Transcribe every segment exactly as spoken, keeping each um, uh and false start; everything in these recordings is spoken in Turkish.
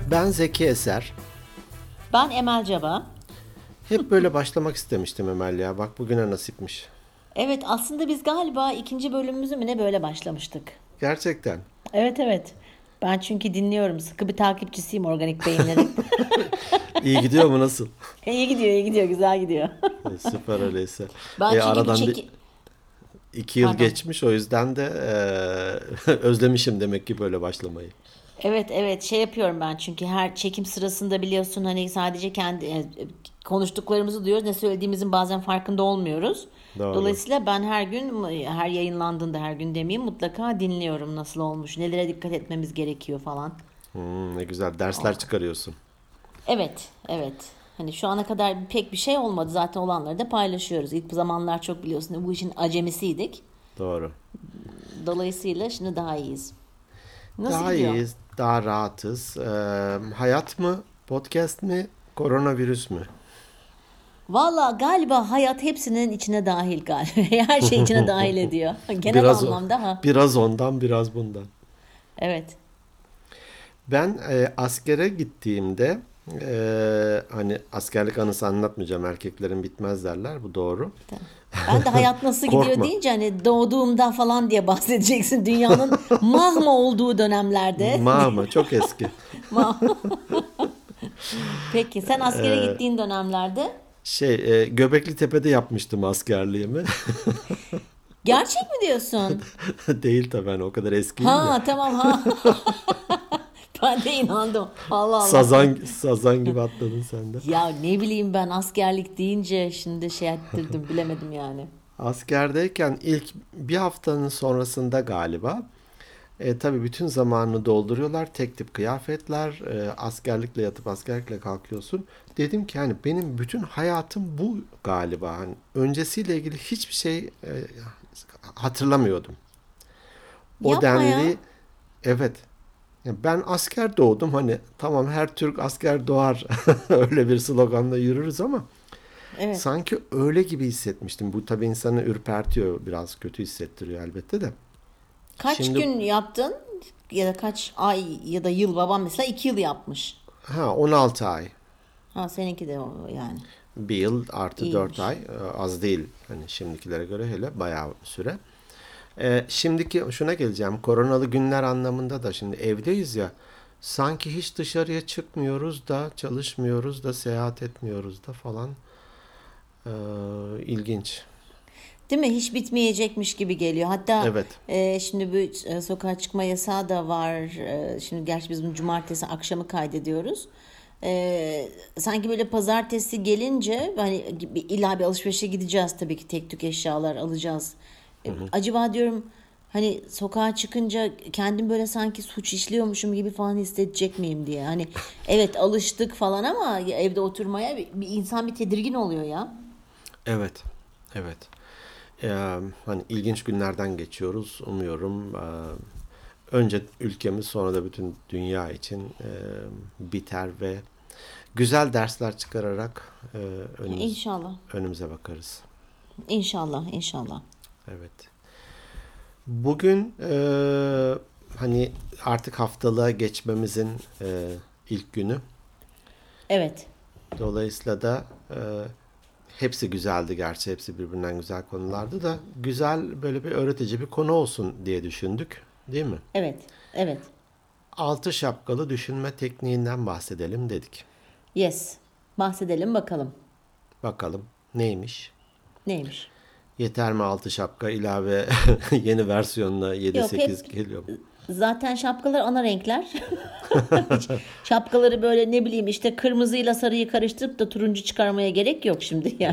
Ben Zeki Eser. Ben Emel Caba. Hep böyle başlamak istemiştim Emel ya. Bak bugüne nasipmiş. Evet, aslında biz galiba ikinci bölümümüzü mü ne böyle başlamıştık. Gerçekten. Evet evet. Ben çünkü dinliyorum. Sıkı bir takipçisiyim Organik Beyinlerin. İyi gidiyor mu, nasıl? İyi gidiyor, iyi gidiyor, güzel gidiyor. E, süper öyleyse. Ben E, çünkü bir aradan bir çeki... iki yıl Pardon. geçmiş, o yüzden de e, özlemişim demek ki böyle başlamayı. Evet evet, şey yapıyorum ben çünkü her çekim sırasında biliyorsun hani sadece kendi e, konuştuklarımızı duyuyoruz, ne söylediğimizin bazen farkında olmuyoruz. Doğru. Dolayısıyla ben her gün, her yayınlandığında, her gün demeyeyim, mutlaka dinliyorum nasıl olmuş, nelere dikkat etmemiz gerekiyor falan. Hmm, ne güzel dersler çıkarıyorsun. Evet, evet. Hani şu ana kadar pek bir şey olmadı. Zaten olanları da paylaşıyoruz. İlk zamanlar çok biliyorsun bu işin acemisiydik. Doğru. Dolayısıyla şimdi daha iyiyiz. Nasıl Daha gidiyor? iyiyiz, daha rahatız. E, hayat mı, podcast mi, koronavirüs mü? Valla galiba hayat hepsinin içine dahil galiba. Her şey içine dahil ediyor. Genel Biraz o, anlamda ha. biraz ondan, biraz bundan. Evet. Ben e, askere gittiğimde e, hani askerlik anısı anlatmayacağım, erkeklerin bitmez derler, bu doğru. Ben de hayat nasıl gidiyor Korkma. deyince hani doğduğumda falan diye bahsedeceksin. Dünyanın mahma olduğu dönemlerde. Ma mı? Çok eski. Ma- Peki sen askere gittiğin dönemlerde Şey e, Göbekli Tepe'de yapmıştım askerliğimi. gerçek mi diyorsun? Değil tabii, hani o kadar eskiyim de. Ha tamam ha. Ben de inandım. Allah Allah. Sazan, sazan gibi atladın sen de. Ya ne bileyim, ben askerlik deyince şimdi şey ettirdim, bilemedim yani. Askerdeyken ilk bir haftanın sonrasında galiba e, tabii bütün zamanını dolduruyorlar. Tek tip kıyafetler, e, askerlikle yatıp askerlikle kalkıyorsun. Dedim ki hani benim bütün hayatım bu galiba. Hani öncesiyle ilgili hiçbir şey e, hatırlamıyordum. O Yapma denli, ya. evet. Ya ben asker doğdum, hani tamam, her Türk asker doğar öyle bir sloganla yürürüz ama Evet. sanki öyle gibi hissetmiştim. Bu tabii insanı ürpertiyor, biraz kötü hissettiriyor elbette de. Kaç Şimdi gün yaptın? Ya da kaç ay ya da yıl? Babam mesela iki yıl yapmış. ha on altı ay, Ha seninki de o yani. bir yıl artı dört İyiymiş. ay e, az değil. Hani şimdikilere göre hele bayağı süre. E, şimdiki şuna geleceğim. Koronalı günler anlamında da şimdi evdeyiz ya. Sanki hiç dışarıya çıkmıyoruz da, çalışmıyoruz da, seyahat etmiyoruz da falan. E, ilginç. Değil mi? Hiç bitmeyecekmiş gibi geliyor. Hatta Evet. e, şimdi bu e, sokağa çıkma yasağı da var. E, şimdi gerçi biz bunu cumartesi akşamı kaydediyoruz. E, sanki böyle pazartesi gelince hani bir- illa bir alışverişe gideceğiz tabii ki, tek tük eşyalar alacağız. E, acaba diyorum hani sokağa çıkınca kendim böyle sanki suç işliyormuşum gibi falan hissedecek miyim diye. Hani evet, alıştık falan ama evde oturmaya bir, bir insan bir tedirgin oluyor ya. Evet. Evet. Ee, hani ilginç günlerden geçiyoruz. Umuyorum e, önce ülkemiz, sonra da bütün dünya için e, biter ve güzel dersler çıkararak e, önümüz İnşallah. önümüze bakarız. İnşallah, inşallah. Evet. Bugün e, hani artık haftalığa geçmemizin e, ilk günü. Evet. Dolayısıyla da e, hepsi güzeldi gerçi. Hepsi birbirinden güzel konulardı da güzel, böyle bir öğretici bir konu olsun diye düşündük. Değil mi? Evet. Evet. Altı şapkalı düşünme tekniğinden bahsedelim dedik. Yes. Bahsedelim bakalım. Bakalım neymiş? Neymiş? Yeter mi altı şapka ilave yeni versiyonla yedi Yok, sekiz hep geliyor mu? zaten şapkalar ana renkler. Hiç şapkaları böyle ne bileyim işte kırmızıyla sarıyı karıştırıp da turuncu çıkarmaya gerek yok şimdi ya.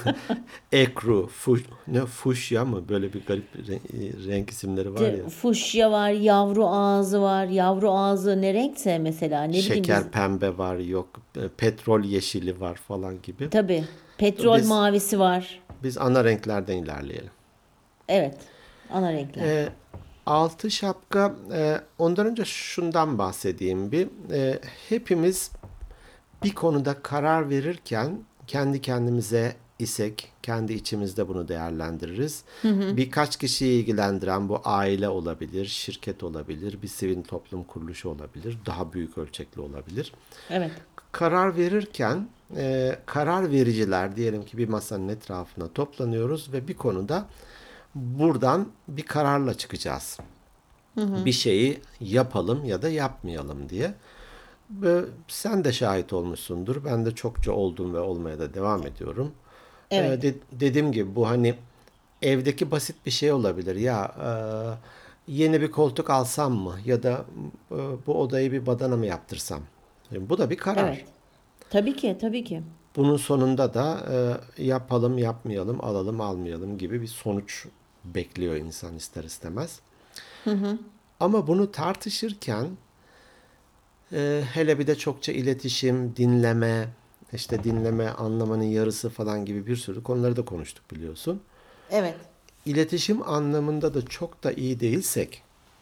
Ekru, fuş, ne fuşya mı? Böyle bir garip renk, renk isimleri var De, ya. fuşya var, yavru ağzı var. Yavru ağzı ne renkse mesela, ne bileyim biz, Şeker pembe var, yok e, petrol yeşili var falan gibi. tabii petrol Biz mavisi var. biz ana renklerden ilerleyelim. Evet. Ana renkler. E, altı şapka, e, ondan önce şundan bahsedeyim bir. E, hepimiz bir konuda karar verirken kendi kendimize isek kendi içimizde bunu değerlendiririz. Birkaç kişiyi ilgilendiren bu aile olabilir, şirket olabilir, bir sivil toplum kuruluşu olabilir, daha büyük ölçekli olabilir. Evet. Karar verirken e, karar vericiler diyelim ki bir masanın etrafına toplanıyoruz ve bir konuda buradan bir kararla çıkacağız. Bir şeyi yapalım ya da yapmayalım diye. Ve sen de şahit olmuşsundur. Ben de çokça oldum ve olmaya da devam ediyorum. Evet. Ee, de- dediğim gibi bu hani evdeki basit bir şey olabilir. Ya e, yeni bir koltuk alsam mı? Ya da e, bu odayı bir badana mı yaptırsam? Yani bu da bir karar. Evet. Tabii ki, tabii ki. Bunun sonunda da e, yapalım, yapmayalım, alalım, almayalım gibi bir sonuç bekliyor insan ister istemez. Ama bunu tartışırken e, hele bir de çokça iletişim, dinleme, işte dinleme anlamanın yarısı falan gibi bir sürü konuları da konuştuk biliyorsun. Evet. İletişim anlamında da çok da iyi değilsek,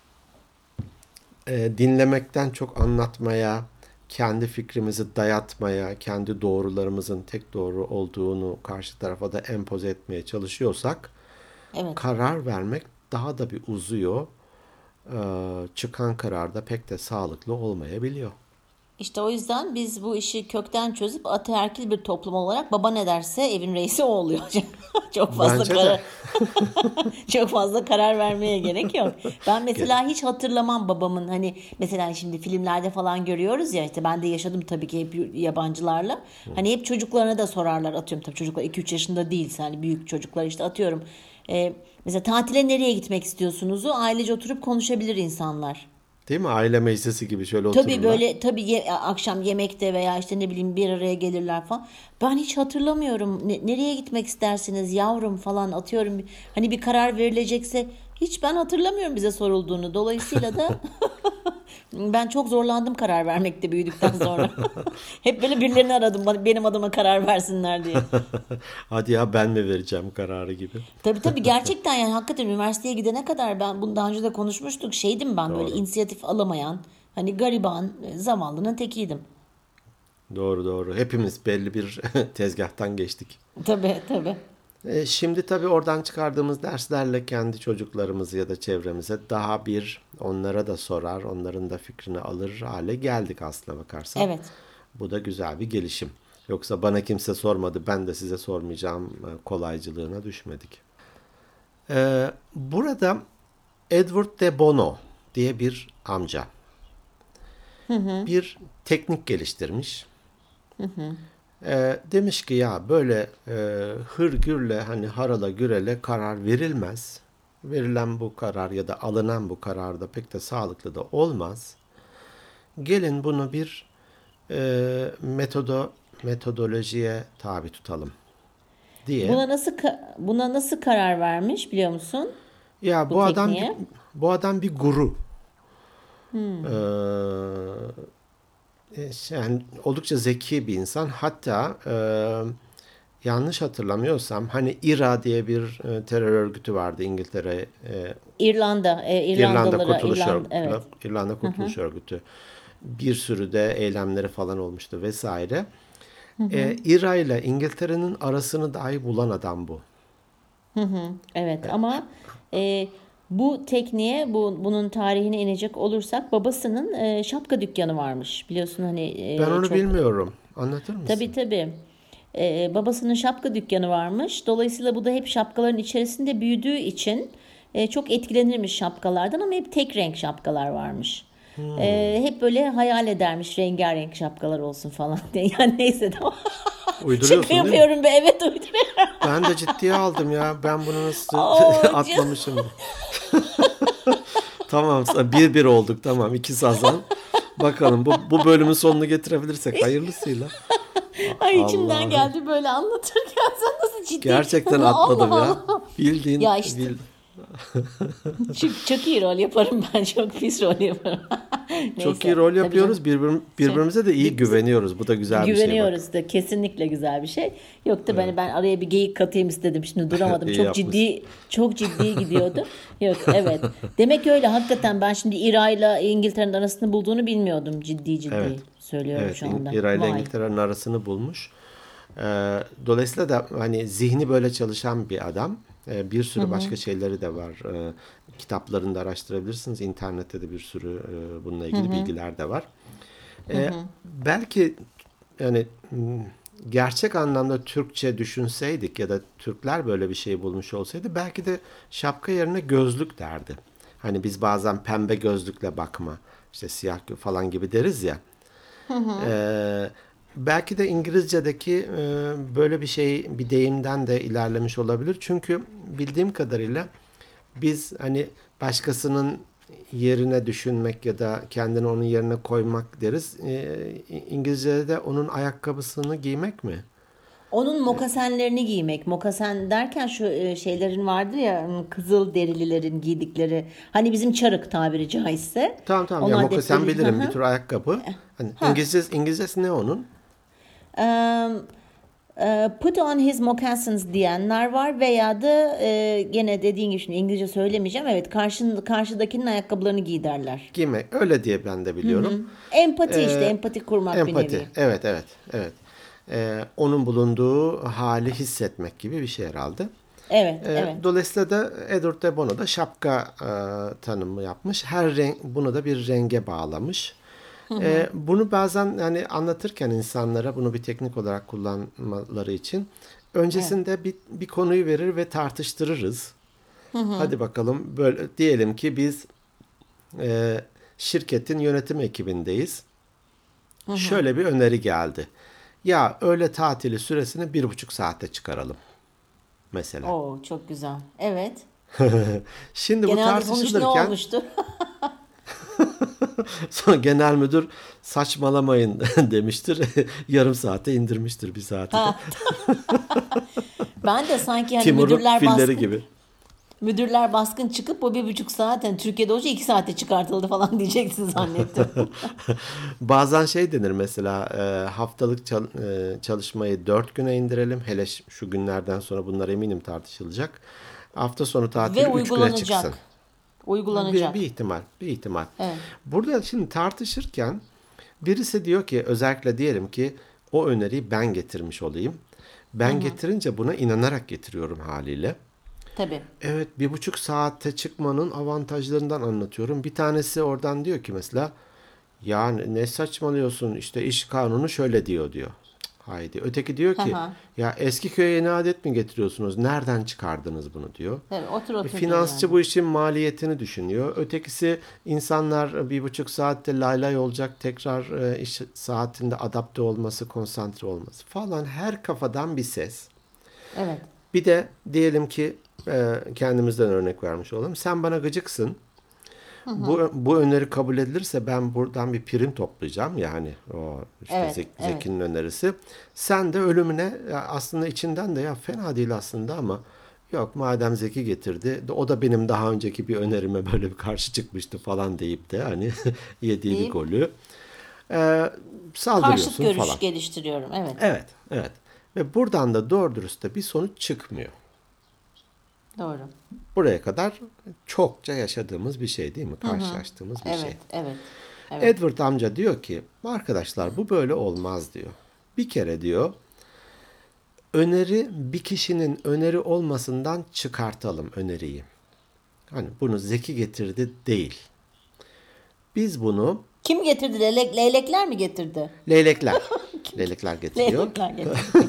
e, dinlemekten çok anlatmaya, kendi fikrimizi dayatmaya, kendi doğrularımızın tek doğru olduğunu karşı tarafa da empoze etmeye çalışıyorsak, Evet. karar vermek daha da bir uzuyor. Ee, çıkan karar da pek de sağlıklı olmayabiliyor. İşte o yüzden biz bu işi kökten çözüp ataerkil bir toplum olarak baba ne derse evin reisi o oluyor. Çok fazla Bence de. karar çok fazla karar vermeye gerek yok. Ben mesela hiç hatırlamam babamın hani mesela şimdi filmlerde falan görüyoruz ya işte ben de yaşadım tabii ki hep yabancılarla. Hani hep çocuklarına da sorarlar atıyorum tabii çocuklar iki üç yaşında değilse hani büyük çocuklar işte atıyorum. Ee, mesela tatile nereye gitmek istiyorsunuzu ailece oturup konuşabilir insanlar. Değil mi? Aile meclisi gibi şöyle Tabii otururlar. böyle tabii ye- akşam yemekte veya işte ne bileyim bir araya gelirler falan. Ben hiç hatırlamıyorum. Ne- nereye gitmek istersiniz yavrum falan atıyorum. Hani bir karar verilecekse hiç ben hatırlamıyorum bize sorulduğunu. Dolayısıyla da ben çok zorlandım karar vermekte büyüdükten sonra. Hep böyle birilerini aradım bana- benim adıma karar versinler diye. Hadi ya ben mi vereceğim kararı gibi. Tabii tabii gerçekten yani hakikaten üniversiteye gidene kadar ben bunu daha önce de konuşmuştuk. Şeydim ben böyle Doğru. inisiyatif alamayan hani gariban e, zavallının tekiydim. Doğru doğru. Hepimiz belli bir tezgahtan geçtik. Tabii tabii. E, şimdi tabii oradan çıkardığımız derslerle kendi çocuklarımızı ya da çevremize daha bir onlara da sorar, onların da fikrini alır hale geldik aslına bakarsan. Evet. Bu da güzel bir gelişim. Yoksa bana kimse sormadı, ben de size sormayacağım e, kolaycılığına düşmedik. E, burada Edward de Bono diye bir amca bir teknik geliştirmiş. E, demiş ki ya böyle e, hırgürle hani harala gürele karar verilmez. Verilen bu karar ya da alınan bu karar da pek de sağlıklı da olmaz. Gelin bunu bir e, metodo metodolojiye tabi tutalım diye. Buna nasıl ka- buna nasıl karar vermiş biliyor musun? Ya Bu bu adam bir, tekniğe. bu adam bir guru. Ee, yani oldukça zeki bir insan. Hatta e, yanlış hatırlamıyorsam hani İRA diye bir e, terör örgütü vardı İngiltere e, İrlanda, e, İrlanda İrlandalılara, Kurtuluş İrlanda, Örgütü, evet. İrlanda Kurtuluş Örgütü. Bir sürü de eylemleri falan olmuştu vesaire. E, İRA ile İngiltere'nin arasını dahi bulan adam bu. Evet ama e, bu tekniğe bu bunun tarihine inecek olursak babasının e, şapka dükkanı varmış. Biliyorsun hani Ben e, onu çok bilmiyorum. Anlatır tabii mısın? tabii. E, babasının şapka dükkanı varmış. Dolayısıyla bu da hep şapkaların içerisinde büyüdüğü için e, çok etkilenirmiş şapkalardan ama hep tek renk şapkalar varmış. E, hep böyle hayal edermiş rengarenk şapkalar olsun falan diye. Yani neyse tamam. Şaka Uyduruyorsun değil mi? yapıyorum be evet uyduruyorum. Ben de ciddiye aldım ya. Ben bunu nasıl Oo, canım. atlamışım. Tamam, bir bir olduk. Tamam, iki sazan. Bakalım bu bu bölümün sonunu getirebilirsek hayırlısıyla. Ay içimden Allah'ım. geldi böyle anlatırken sen nasıl ciddi. Gerçekten Allah atladım ya. Allah. Bildiğin Ya işte bil- çok, çok iyi rol yaparım ben çok pis rol yaparım. çok iyi Neyse rol tabii canım. yapıyoruz. Birbir, Şey, birbirimize de iyi biz güveniyoruz. Bu da güzel bir şey bak. güveniyoruz da kesinlikle güzel bir şey. Yok da ben ben araya bir geyik katayım istedim. Şimdi duramadım. İyi Çok yapmışsın. ciddi çok ciddi gidiyordu. Yok evet. Demek öyle hakikaten ben şimdi İra ile İngiltere'nin arasını bulduğunu bilmiyordum ciddi ciddi Evet. söylüyorum Evet, şu İng- anda. İran ile Vay. İngiltere'nin arasını bulmuş. E, dolayısıyla da hani zihni böyle çalışan bir adam. E, bir sürü başka şeyleri de var. E, kitaplarını da araştırabilirsiniz. İnternette de bir sürü e, bununla ilgili bilgiler de var. E, belki yani m, gerçek anlamda Türkçe düşünseydik ya da Türkler böyle bir şey bulmuş olsaydı belki de şapka yerine gözlük derdi. Hani biz bazen pembe gözlükle bakma, işte siyah gö- falan gibi deriz ya. E, belki de İngilizce'deki e, böyle bir şey bir deyimden de ilerlemiş olabilir. Çünkü bildiğim kadarıyla biz hani başkasının yerine düşünmek ya da kendini onun yerine koymak deriz. Ee, İngilizce'de de onun ayakkabısını giymek mi? Onun mokasenlerini giymek. Mokasen derken şu e, şeylerin vardır ya, m, kızıl derililerin giydikleri. Hani bizim çarık tabiri caizse. Tamam tamam ya Onun mokasen adetleri. Hı bilirim bir hı. tür ayakkabı. Hani Ha. İngilizcesi, İngilizcesi ne onun? Em, e, Put on his moccasins diyenler var veya da e, gene dediğin gibi, şimdi İngilizce söylemeyeceğim. Evet, karşın, karşıdakinin ayakkabılarını giy derler. Giymek. Öyle diye ben de biliyorum. Empati, işte Ee, empati kurmak bir empati. nevi. Evet evet evet. Ee, onun bulunduğu hali hissetmek gibi bir şey herhalde. Evet, E, evet. dolayısıyla da Edward de Bono da şapka e, tanımı yapmış. Her renk bunu da bir renge bağlamış. E, bunu bazen yani anlatırken insanlara bunu bir teknik olarak kullanmaları için Evet. öncesinde bir, bir konuyu verir ve tartıştırırız. Hadi bakalım böyle diyelim ki biz e, şirketin yönetim ekibindeyiz. Şöyle bir öneri geldi. Ya öğle tatili süresini bir buçuk saate çıkaralım mesela. Oo, çok güzel. Evet. Şimdi bu Genelde sonuç ne tartışılırken olmuştu? sonra genel müdür saçmalamayın demiştir. Yarım saate indirmiştir bir saati de. Ha, ben de sanki hani Timur'un müdürler filleri baskın gibi. müdürler baskın çıkıp o bir buçuk saat, yani Türkiye'de olunca iki saate çıkartıldı falan diyeceksin zannettim. Bazen şey denir mesela e, haftalık çal- e, çalışmayı dört güne indirelim. Hele ş- şu günlerden sonra bunlar eminim tartışılacak. Hafta sonu Ve tatili üç güne çıksın. uygulanacak. Bir, bir Uygulanacak. ihtimal, bir ihtimal. Evet. Burada şimdi tartışırken birisi diyor ki özellikle diyelim ki o öneriyi ben getirmiş olayım. Ben getirince buna inanarak getiriyorum haliyle. Tabii. Evet bir buçuk saatte çıkmanın avantajlarından anlatıyorum. Bir tanesi oradan diyor ki mesela ya ne saçmalıyorsun işte iş kanunu şöyle diyor diyor. Haydi. Öteki diyor Hı ki hı. ya eski köye yeni adet mi getiriyorsunuz? Nereden çıkardınız bunu diyor. Tabii, otur E, otur diyor Finansçı yani. bu işin maliyetini düşünüyor. Ötekisi insanlar bir buçuk saatte lay lay olacak tekrar e, iş saatinde adapte olması, konsantre olması falan her kafadan bir ses. Evet. Bir de diyelim ki e, kendimizden örnek vermiş olalım. Sen bana gıcıksın. Bu, bu öneri kabul edilirse ben buradan bir prim toplayacağım. Yani o işte Evet. Zek- Evet. Zeki'nin önerisi. Sen de ölümüne ya aslında içinden de ya fena değil aslında ama yok madem Zeki getirdi o da benim daha önceki bir önerime böyle bir karşı çıkmıştı falan deyip de hani yediği bir Deyip golü e, karşıt saldırıyorsun falan. görüş geliştiriyorum. Evet. Evet, evet. Ve buradan da doğru dürüst de bir sonuç çıkmıyor. Doğru. Buraya kadar çokça yaşadığımız bir şey değil mi? Karşılaştığımız bir şey. Evet. Evet. Evet. Edward amca diyor ki arkadaşlar bu böyle olmaz diyor. Bir kere diyor öneri bir kişinin öneri olmasından çıkartalım öneriyi. Hani bunu Zeki getirdi değil. Biz bunu Kim getirdi? Leylek, leylekler mi getirdi? leylekler, leylekler getiriyor. Leylekler getirdi.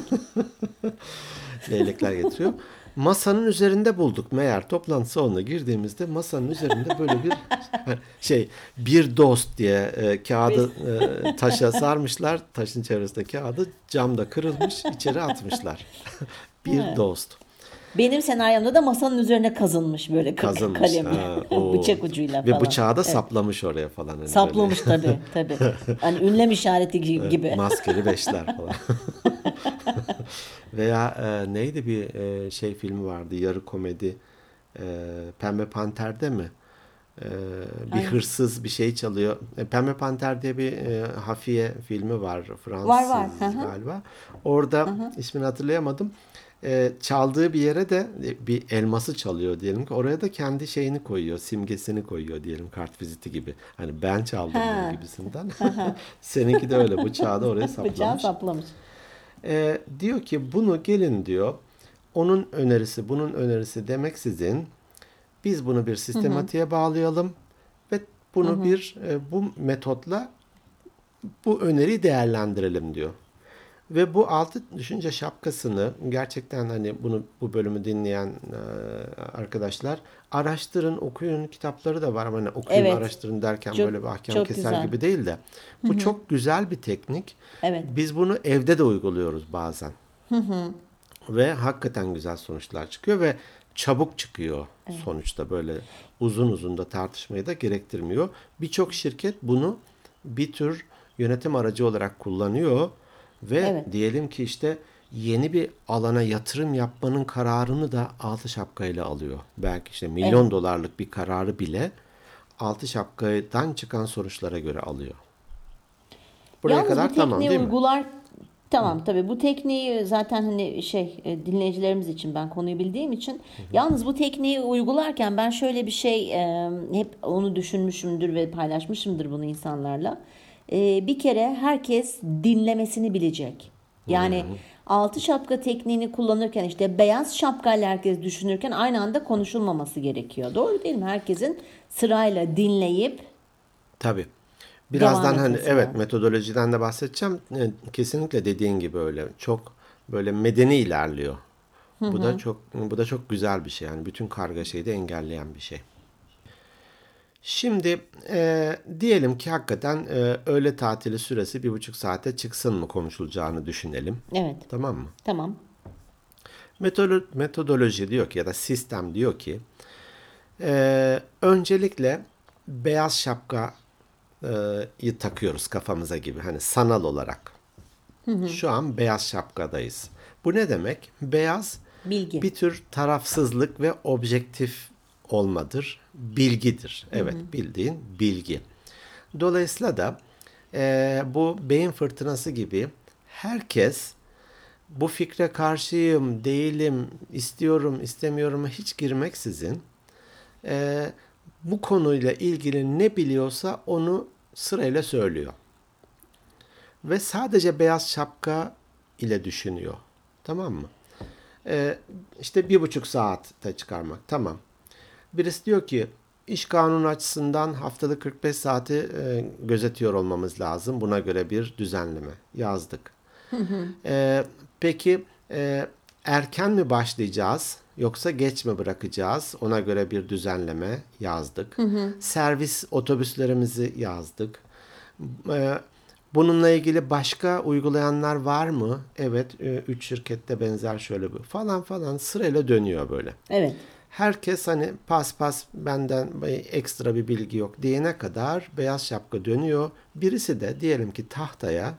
Leylekler getiriyor. Masanın üzerinde bulduk meğer toplantı salonuna girdiğimizde masanın üzerinde böyle bir şey bir dost diye e, kağıdı e, taşa sarmışlar. Taşın çevresinde kağıdı camda kırılmış içeri atmışlar. Bir Evet. dost Benim senaryomda da masanın üzerine kazınmış böyle ka- kazınmış. kalemle. Ha, o. Bıçak ucuyla Ve falan. bıçağı da Evet. saplamış oraya falan. Hani böyle. Saplamış tabii tabii. Hani ünlem işareti gi- Evet, gibi. maskeli beşler falan. Veya e, neydi bir e, şey filmi vardı yarı komedi e, Pembe Panter'de mi? E, bir Hangi? hırsız bir şey çalıyor. E, Pembe Panter diye bir e, Hafiye filmi var Var var. Hı Fransız hı. galiba. Orada ismini hatırlayamadım. E, çaldığı bir yere de e, bir elması çalıyor diyelim ki oraya da kendi şeyini koyuyor, simgesini koyuyor diyelim kart viziti gibi. Hani ben çaldım bunu Ha. gibisinden. Seninki de öyle bıçağı da oraya Bıçağı saplamış. saplamış. E, diyor ki bunu gelin diyor. Onun önerisi, bunun önerisi demeksizin biz bunu bir Hı hı. sistematiğe bağlayalım ve Hı bunu hı. bir e, bu metotla bu öneriyi değerlendirelim diyor. Ve bu altı düşünce şapkasını gerçekten hani bunu bu bölümü dinleyen e, arkadaşlar araştırın, okuyun. Kitapları da var ama hani okuyun, Evet. araştırın derken Çok böyle bir ahkam çok keser güzel. gibi değil de Hı bu hı. çok güzel bir teknik. Evet. Biz bunu evde de uyguluyoruz bazen. Ve hakikaten güzel sonuçlar çıkıyor ve çabuk çıkıyor Evet. sonuçta böyle uzun uzun da tartışmayı da gerektirmiyor. Birçok şirket bunu bir tür yönetim aracı olarak kullanıyor ve Evet. diyelim ki işte yeni bir alana yatırım yapmanın kararını da altı şapkayla alıyor. Belki işte Evet. milyon dolarlık bir kararı bile altı şapkadan çıkan sonuçlara göre alıyor. Buraya Yalnız bu kadar tamam tekniği değil mi? uygular tamam tabii bu tekniği zaten hani şey e, dinleyicilerimiz için ben konuyu bildiğim için yalnız bu tekniği uygularken ben şöyle bir şey e, hep onu düşünmüşümdür ve paylaşmışımdır bunu insanlarla. E, bir kere herkes dinlemesini bilecek. Yani altı şapka tekniğini kullanırken işte beyaz şapkayla herkes düşünürken aynı anda konuşulmaması gerekiyor. Doğru değil mi? Herkesin sırayla dinleyip Tabii. devam Birazdan hani etmesi evet lazım. metodolojiden de bahsedeceğim. E, Kesinlikle dediğin gibi öyle. Çok böyle medeni ilerliyor. Bu da çok bu da çok güzel bir şey. Yani bütün kargaşayı da engelleyen bir şey. Şimdi e, diyelim ki hakikaten e, öğle tatili süresi bir buçuk saate çıksın mı konuşulacağını düşünelim. Evet. Tamam mı? Tamam. Metolo- metodoloji diyor ki ya da sistem diyor ki e, öncelikle beyaz şapkayı takıyoruz kafamıza gibi hani sanal olarak. Şu an beyaz şapkadayız. Bu ne demek? Beyaz Bilgi. bir tür tarafsızlık ve objektif olmadır. Bilgidir. Evet, bildiğin bilgi. Dolayısıyla da eee, bu beyin fırtınası gibi herkes bu fikre karşıyım, değilim, istiyorum, istemiyorum'a hiç girmeksizin eee, bu konuyla ilgili ne biliyorsa onu sırayla söylüyor. Ve sadece beyaz şapka ile düşünüyor. Tamam mı? Ee, işte bir buçuk saatte çıkarmak. Tamam. Birisi diyor ki iş kanunu açısından haftalık kırk beş saati e, gözetiyor olmamız lazım. Buna göre bir düzenleme yazdık. Ee, peki e, erken mi başlayacağız yoksa geç mi bırakacağız? Ona göre bir düzenleme yazdık. Servis otobüslerimizi yazdık. Ee, Bununla ilgili başka uygulayanlar var mı? Evet, e, üç şirkette benzer şöyle bir falan falan sırayla dönüyor böyle. Evet. Herkes hani pas pas benden ekstra bir bilgi yok diyene kadar beyaz şapka dönüyor. Birisi de diyelim ki tahtaya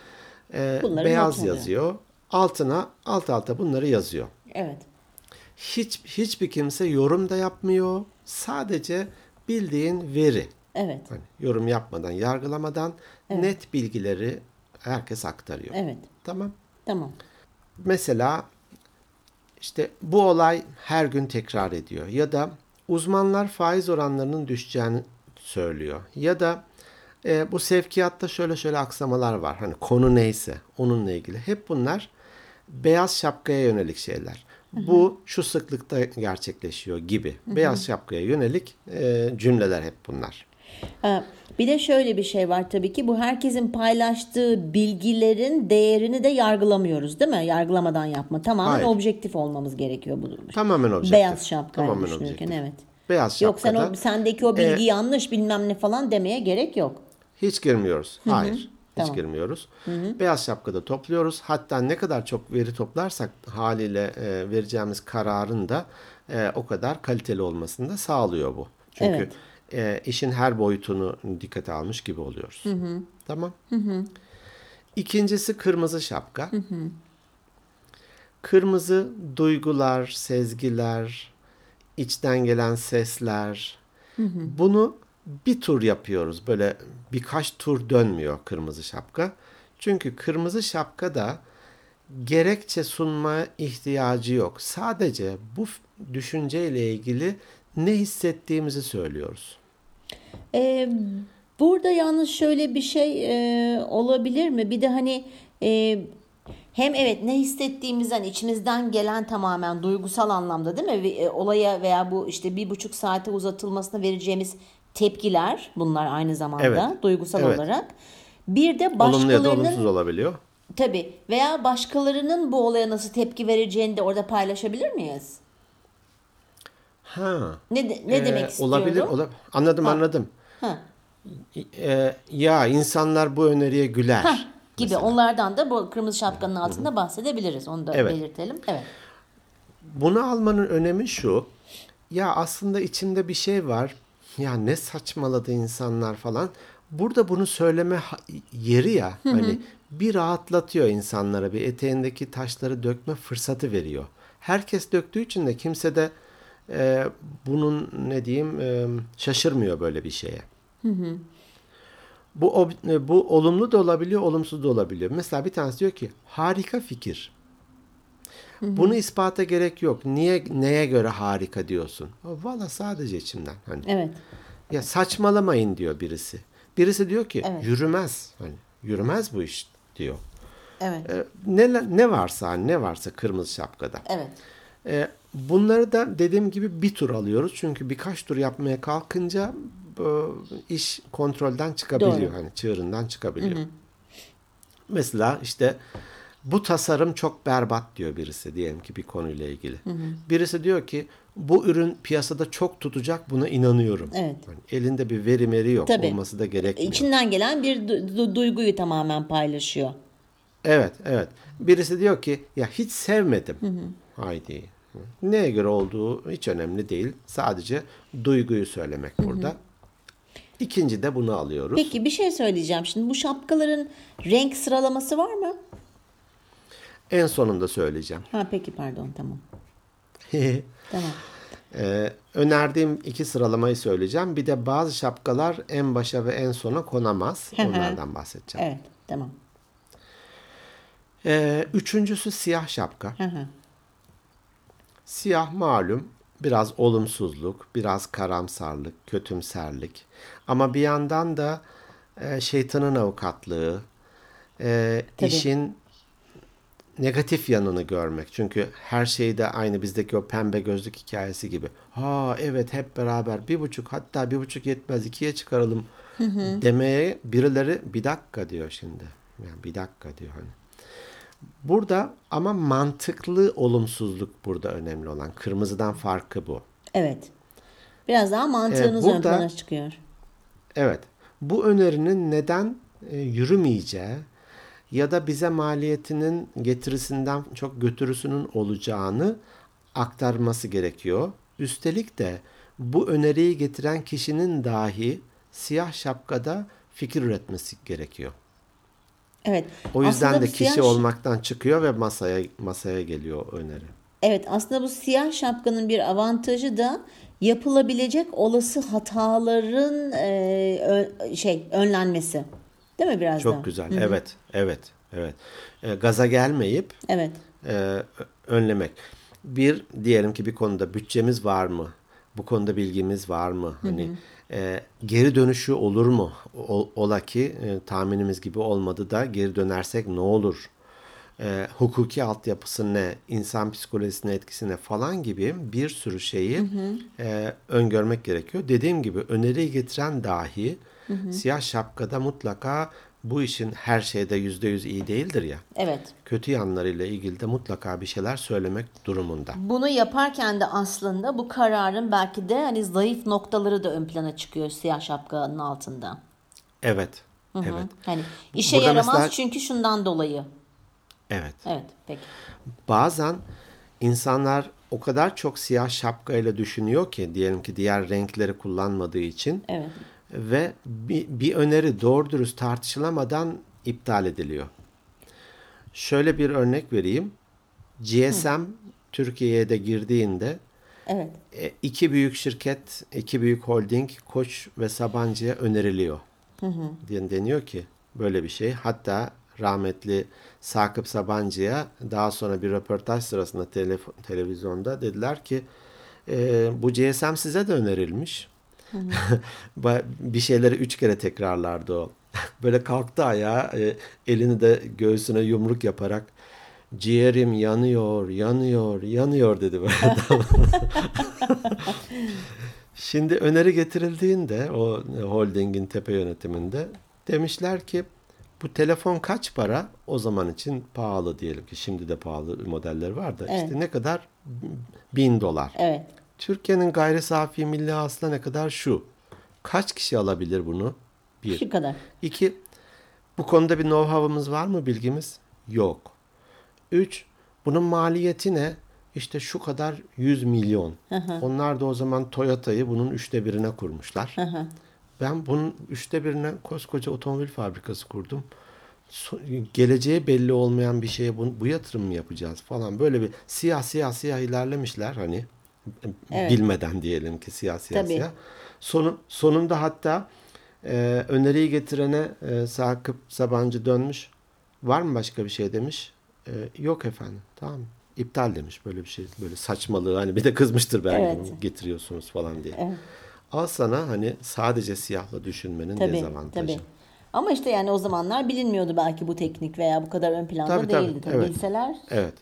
e, Bunları not beyaz alıyor. yazıyor. Altına alt alta bunları yazıyor. Evet. Hiç hiçbir kimse yorum da yapmıyor. Sadece bildiğin veri. Evet. Hani yorum yapmadan, yargılamadan Evet. net bilgileri herkes aktarıyor. Evet. Tamam. Tamam. Mesela işte bu olay her gün tekrar ediyor ya da uzmanlar faiz oranlarının düşeceğini söylüyor ya da e, bu sevkiyatta şöyle şöyle aksamalar var. Hani konu neyse onunla ilgili. Hep bunlar beyaz şapkaya yönelik şeyler. Bu şu sıklıkta gerçekleşiyor gibi. Beyaz şapkaya yönelik e, cümleler hep bunlar. Ha, bir de şöyle bir şey var tabii ki bu herkesin paylaştığı bilgilerin değerini de yargılamıyoruz değil mi? Yargılamadan yapma. Tamamen Hayır. objektif olmamız gerekiyor bu durum. Tamamen objektif. Beyaz şapkayla Tamamen düşünürken objektif. evet. Beyaz Yok sen şapkada o sendeki o e, bilgi yanlış bilmem ne falan demeye gerek yok. hiç girmiyoruz. Hayır. Hiç Tamam. girmiyoruz. Beyaz şapkada topluyoruz. Hatta ne kadar çok veri toplarsak haliyle e, vereceğimiz kararın da e, o kadar kaliteli olmasını da sağlıyor bu. Çünkü Evet. e, işin her boyutunu dikkate almış gibi oluyoruz. Tamam. İkincisi kırmızı şapka. Kırmızı duygular, sezgiler, içten gelen sesler. Bunu bir tur yapıyoruz. Böyle birkaç tur dönmüyor kırmızı şapka. Çünkü kırmızı şapka da gerekçe sunma ihtiyacı yok. Sadece bu düşünceyle ilgili ne hissettiğimizi söylüyoruz. Ee, Burada yalnız şöyle bir şey e, olabilir mi? Bir de hani e, Hem evet ne hissettiğimizden içimizden gelen tamamen duygusal anlamda değil mi? Ve, e, olaya veya bu işte bir buçuk saate uzatılmasına vereceğimiz tepkiler bunlar aynı Evet. zamanda duygusal Evet. olarak. Bir de Olumlu ya da olumsuz başkalarının olabiliyor. tabii veya başkalarının bu olaya nasıl tepki vereceğini de orada paylaşabilir miyiz? Ha. Ne de- ne demek Ee, olabilir. istiyorum? Ola anladım Ha anladım. ha Ee, ya insanlar bu öneriye ha güler gibi mesela. onlardan da bu kırmızı şapkanın altında bahsedebiliriz. Onu da Evet. belirtelim. Evet. Bunu almanın önemi şu. Ya aslında içimde bir şey var. Ya ne saçmaladı insanlar falan. Burada bunu söyleme ha- yeri ya. Hani bir rahatlatıyor insanlara. Bir eteğindeki taşları dökme fırsatı veriyor. Herkes döktüğü için de kimse de e, bunun ne diyeyim e, şaşırmıyor böyle bir şeye. Bu ob- e, bu olumlu da olabiliyor, olumsuz da olabiliyor. Mesela bir tanesi diyor ki harika fikir. Bunu ispata gerek yok. Niye neye göre harika diyorsun? Valla sadece içimden hani. Evet. Ya saçmalamayın diyor birisi. Birisi diyor ki Evet. yürümez. Hani yürümez bu iş diyor. Evet. E, ne ne varsa hani ne varsa kırmızı şapkada. Evet. E, bunları da dediğim gibi bir tur alıyoruz. Çünkü birkaç tur yapmaya kalkınca bu iş kontrolden çıkabiliyor. Doğru. Hani çığırından çıkabiliyor. Mesela işte bu tasarım çok berbat diyor birisi diyelim ki bir konuyla ilgili. Birisi diyor ki bu ürün piyasada çok tutacak buna inanıyorum. Evet. Yani elinde bir veri meri yok. Tabii. Olması da gerekmiyor. İçinden gelen bir du- du- duyguyu tamamen paylaşıyor. Evet, evet. Birisi diyor ki ya hiç sevmedim. Haydi. Neye göre olduğu hiç önemli değil. Sadece duyguyu söylemek burada. İkinci de bunu alıyoruz. Peki bir şey söyleyeceğim. Şimdi bu şapkaların renk sıralaması var mı? En sonunda söyleyeceğim. Ha peki pardon tamam. Tamam. Ee, önerdiğim iki sıralamayı söyleyeceğim. Bir de bazı şapkalar en başa ve en sona konamaz. Hı hı. Onlardan bahsedeceğim. Evet tamam. Ee, üçüncüsü siyah şapka. Hı hı. Siyah malum biraz olumsuzluk, biraz karamsarlık, kötümserlik. Ama bir yandan da e, şeytanın avukatlığı, e, Tabii. işin negatif yanını görmek. Çünkü her şeyde aynı bizdeki o pembe gözlük hikayesi gibi. Ha evet hep beraber bir buçuk hatta bir buçuk yetmez ikiye çıkaralım demeye birileri bir dakika diyor şimdi. Yani bir dakika diyor hani. Burada ama mantıklı olumsuzluk burada önemli olan. Kırmızıdan farkı bu. Evet. Biraz daha Ee, mantığınız ön burada plana çıkıyor. evet bu önerinin neden e, yürümeyeceği ya da bize maliyetinin getirisinden çok götürüsünün olacağını aktarması gerekiyor. Üstelik de bu öneriyi getiren kişinin dahi siyah şapkada fikir üretmesi gerekiyor. Evet. O yüzden Aslında de bu kişi siyah olmaktan çıkıyor ve masaya masaya geliyor o öneri. Evet, aslında bu siyah şapkanın bir avantajı da yapılabilecek olası hataların e, ö- şey önlenmesi. Değil mi biraz da? Çok güzel. Evet, evet, evet. E, gaza gelmeyip Evet. e, önlemek. Bir diyelim ki bir konuda bütçemiz var mı? Bu konuda bilgimiz var mı? Hani e, geri dönüşü olur mu? O, ola ki e, tahminimiz gibi olmadı da geri dönersek ne olur? E, hukuki altyapısı ne? İnsan psikolojisine etkisi ne? Falan gibi bir sürü şeyi e, öngörmek gerekiyor. Dediğim gibi öneriyi getiren dahi siyah şapkada mutlaka bu işin her şeyde yüzde yüz iyi değildir ya. Evet. Kötü yanlarıyla ilgili de mutlaka bir şeyler söylemek durumunda. Bunu yaparken de aslında bu kararın belki de hani zayıf noktaları da ön plana çıkıyor siyah şapkanın altında. Evet. Evet. Hani işe Burada yaramaz mesela çünkü şundan dolayı. evet. Evet, peki. Bazen insanlar o kadar çok siyah şapkayla düşünüyor ki diyelim ki diğer renkleri kullanmadığı için Evet. ve bir, bir öneri doğru dürüst tartışılamadan iptal ediliyor. Şöyle bir örnek vereyim. G S M Türkiye'ye de girdiğinde Evet. e, iki büyük şirket, iki büyük holding Koç ve Sabancı'ya öneriliyor. Diye deniyor ki böyle bir şey. Hatta rahmetli Sakıp Sabancı'ya daha sonra bir röportaj sırasında telef- televizyonda dediler ki e, bu G S M size de önerilmiş. Ba- bir şeyleri üç kere tekrarlardı o. Böyle kalktı ayağa, e, elini de göğsüne yumruk yaparak ciğerim yanıyor, yanıyor, yanıyor dedi böyle adam. Şimdi öneri getirildiğinde o holdingin tepe yönetiminde demişler ki bu telefon kaç para? O zaman için pahalı diyelim ki şimdi de pahalı modeller var da Evet. işte ne kadar? Bin dolar. Evet. Türkiye'nin gayri safi milli hasıla ne kadar? Şu. Kaç kişi alabilir bunu? Bir. Şu kadar. İki. Bu konuda bir know-how'ımız var mı, bilgimiz? Yok. Üç. Bunun maliyeti ne? İşte şu kadar yüz milyon. Onlar da o zaman Toyota'yı bunun üçte birine kurmuşlar. Ben bunun üçte birine koskoca otomobil fabrikası kurdum. So- geleceği belli olmayan bir şeye bu, bu yatırım mı yapacağız falan. Böyle bir siyah siyah siyah ilerlemişler hani. Evet. Bilmeden diyelim ki siyah siyah Tabii. siyah. Sonu, sonunda hatta e, öneriyi getirene e, Sakıp Sabancı dönmüş. Var mı başka bir şey demiş. E, yok efendim. Tamam. İptal demiş böyle bir şey. Böyle saçmalığı hani bir de kızmıştır belki Evet. getiriyorsunuz falan diye. Evet. Al sana hani sadece siyahla düşünmenin Tabii, dezavantajı. tabii. Ama işte yani o zamanlar bilinmiyordu belki bu teknik veya bu kadar ön planda Tabii, tabii, değildi. Tabii evet. bilseler. Evet.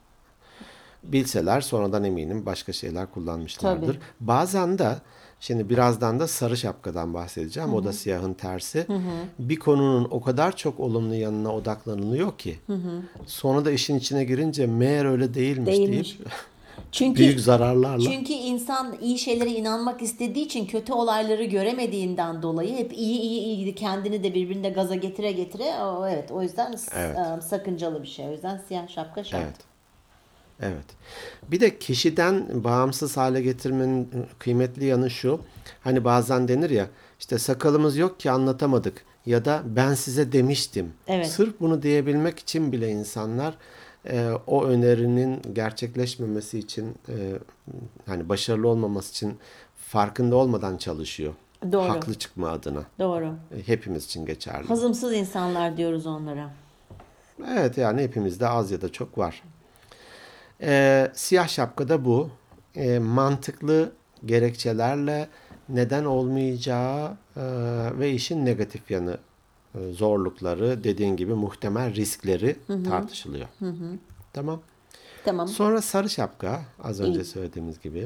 Bilseler sonradan eminim başka şeyler kullanmışlardır. Bazen de şimdi birazdan da sarı şapkadan bahsedeceğim. O da siyahın tersi. Bir konunun o kadar çok olumlu yanına odaklanılıyor ki sonra da işin içine girince meğer öyle değilmiş, Değilmiş. deyip Çünkü büyük zararlarla. çünkü insan iyi şeylere inanmak istediği için kötü olayları göremediğinden dolayı hep iyi iyi iyi kendini de birbirine gaza getire getire o, evet o yüzden s- Evet. e, sakıncalı bir şey. O yüzden siyah şapka şart. Evet. Evet. Bir de kişiden bağımsız hale getirmenin kıymetli yanı şu. Hani bazen denir ya işte sakalımız yok ki anlatamadık ya da ben size demiştim. Evet. Sırf bunu diyebilmek için bile insanlar e, o önerinin gerçekleşmemesi için e, hani başarılı olmaması için farkında olmadan çalışıyor. Doğru. Haklı çıkma adına. Doğru. E, Hepimiz için geçerli. Hazımsız insanlar diyoruz onlara. Evet yani hepimizde az ya da çok var. Ee, siyah şapkada bu. Ee, mantıklı gerekçelerle neden olmayacağı e, ve işin negatif yanı, e, zorlukları, dediğin gibi muhtemel riskleri tartışılıyor. Tamam. Tamam. Sonra sarı şapka, az önce İyi. söylediğimiz gibi.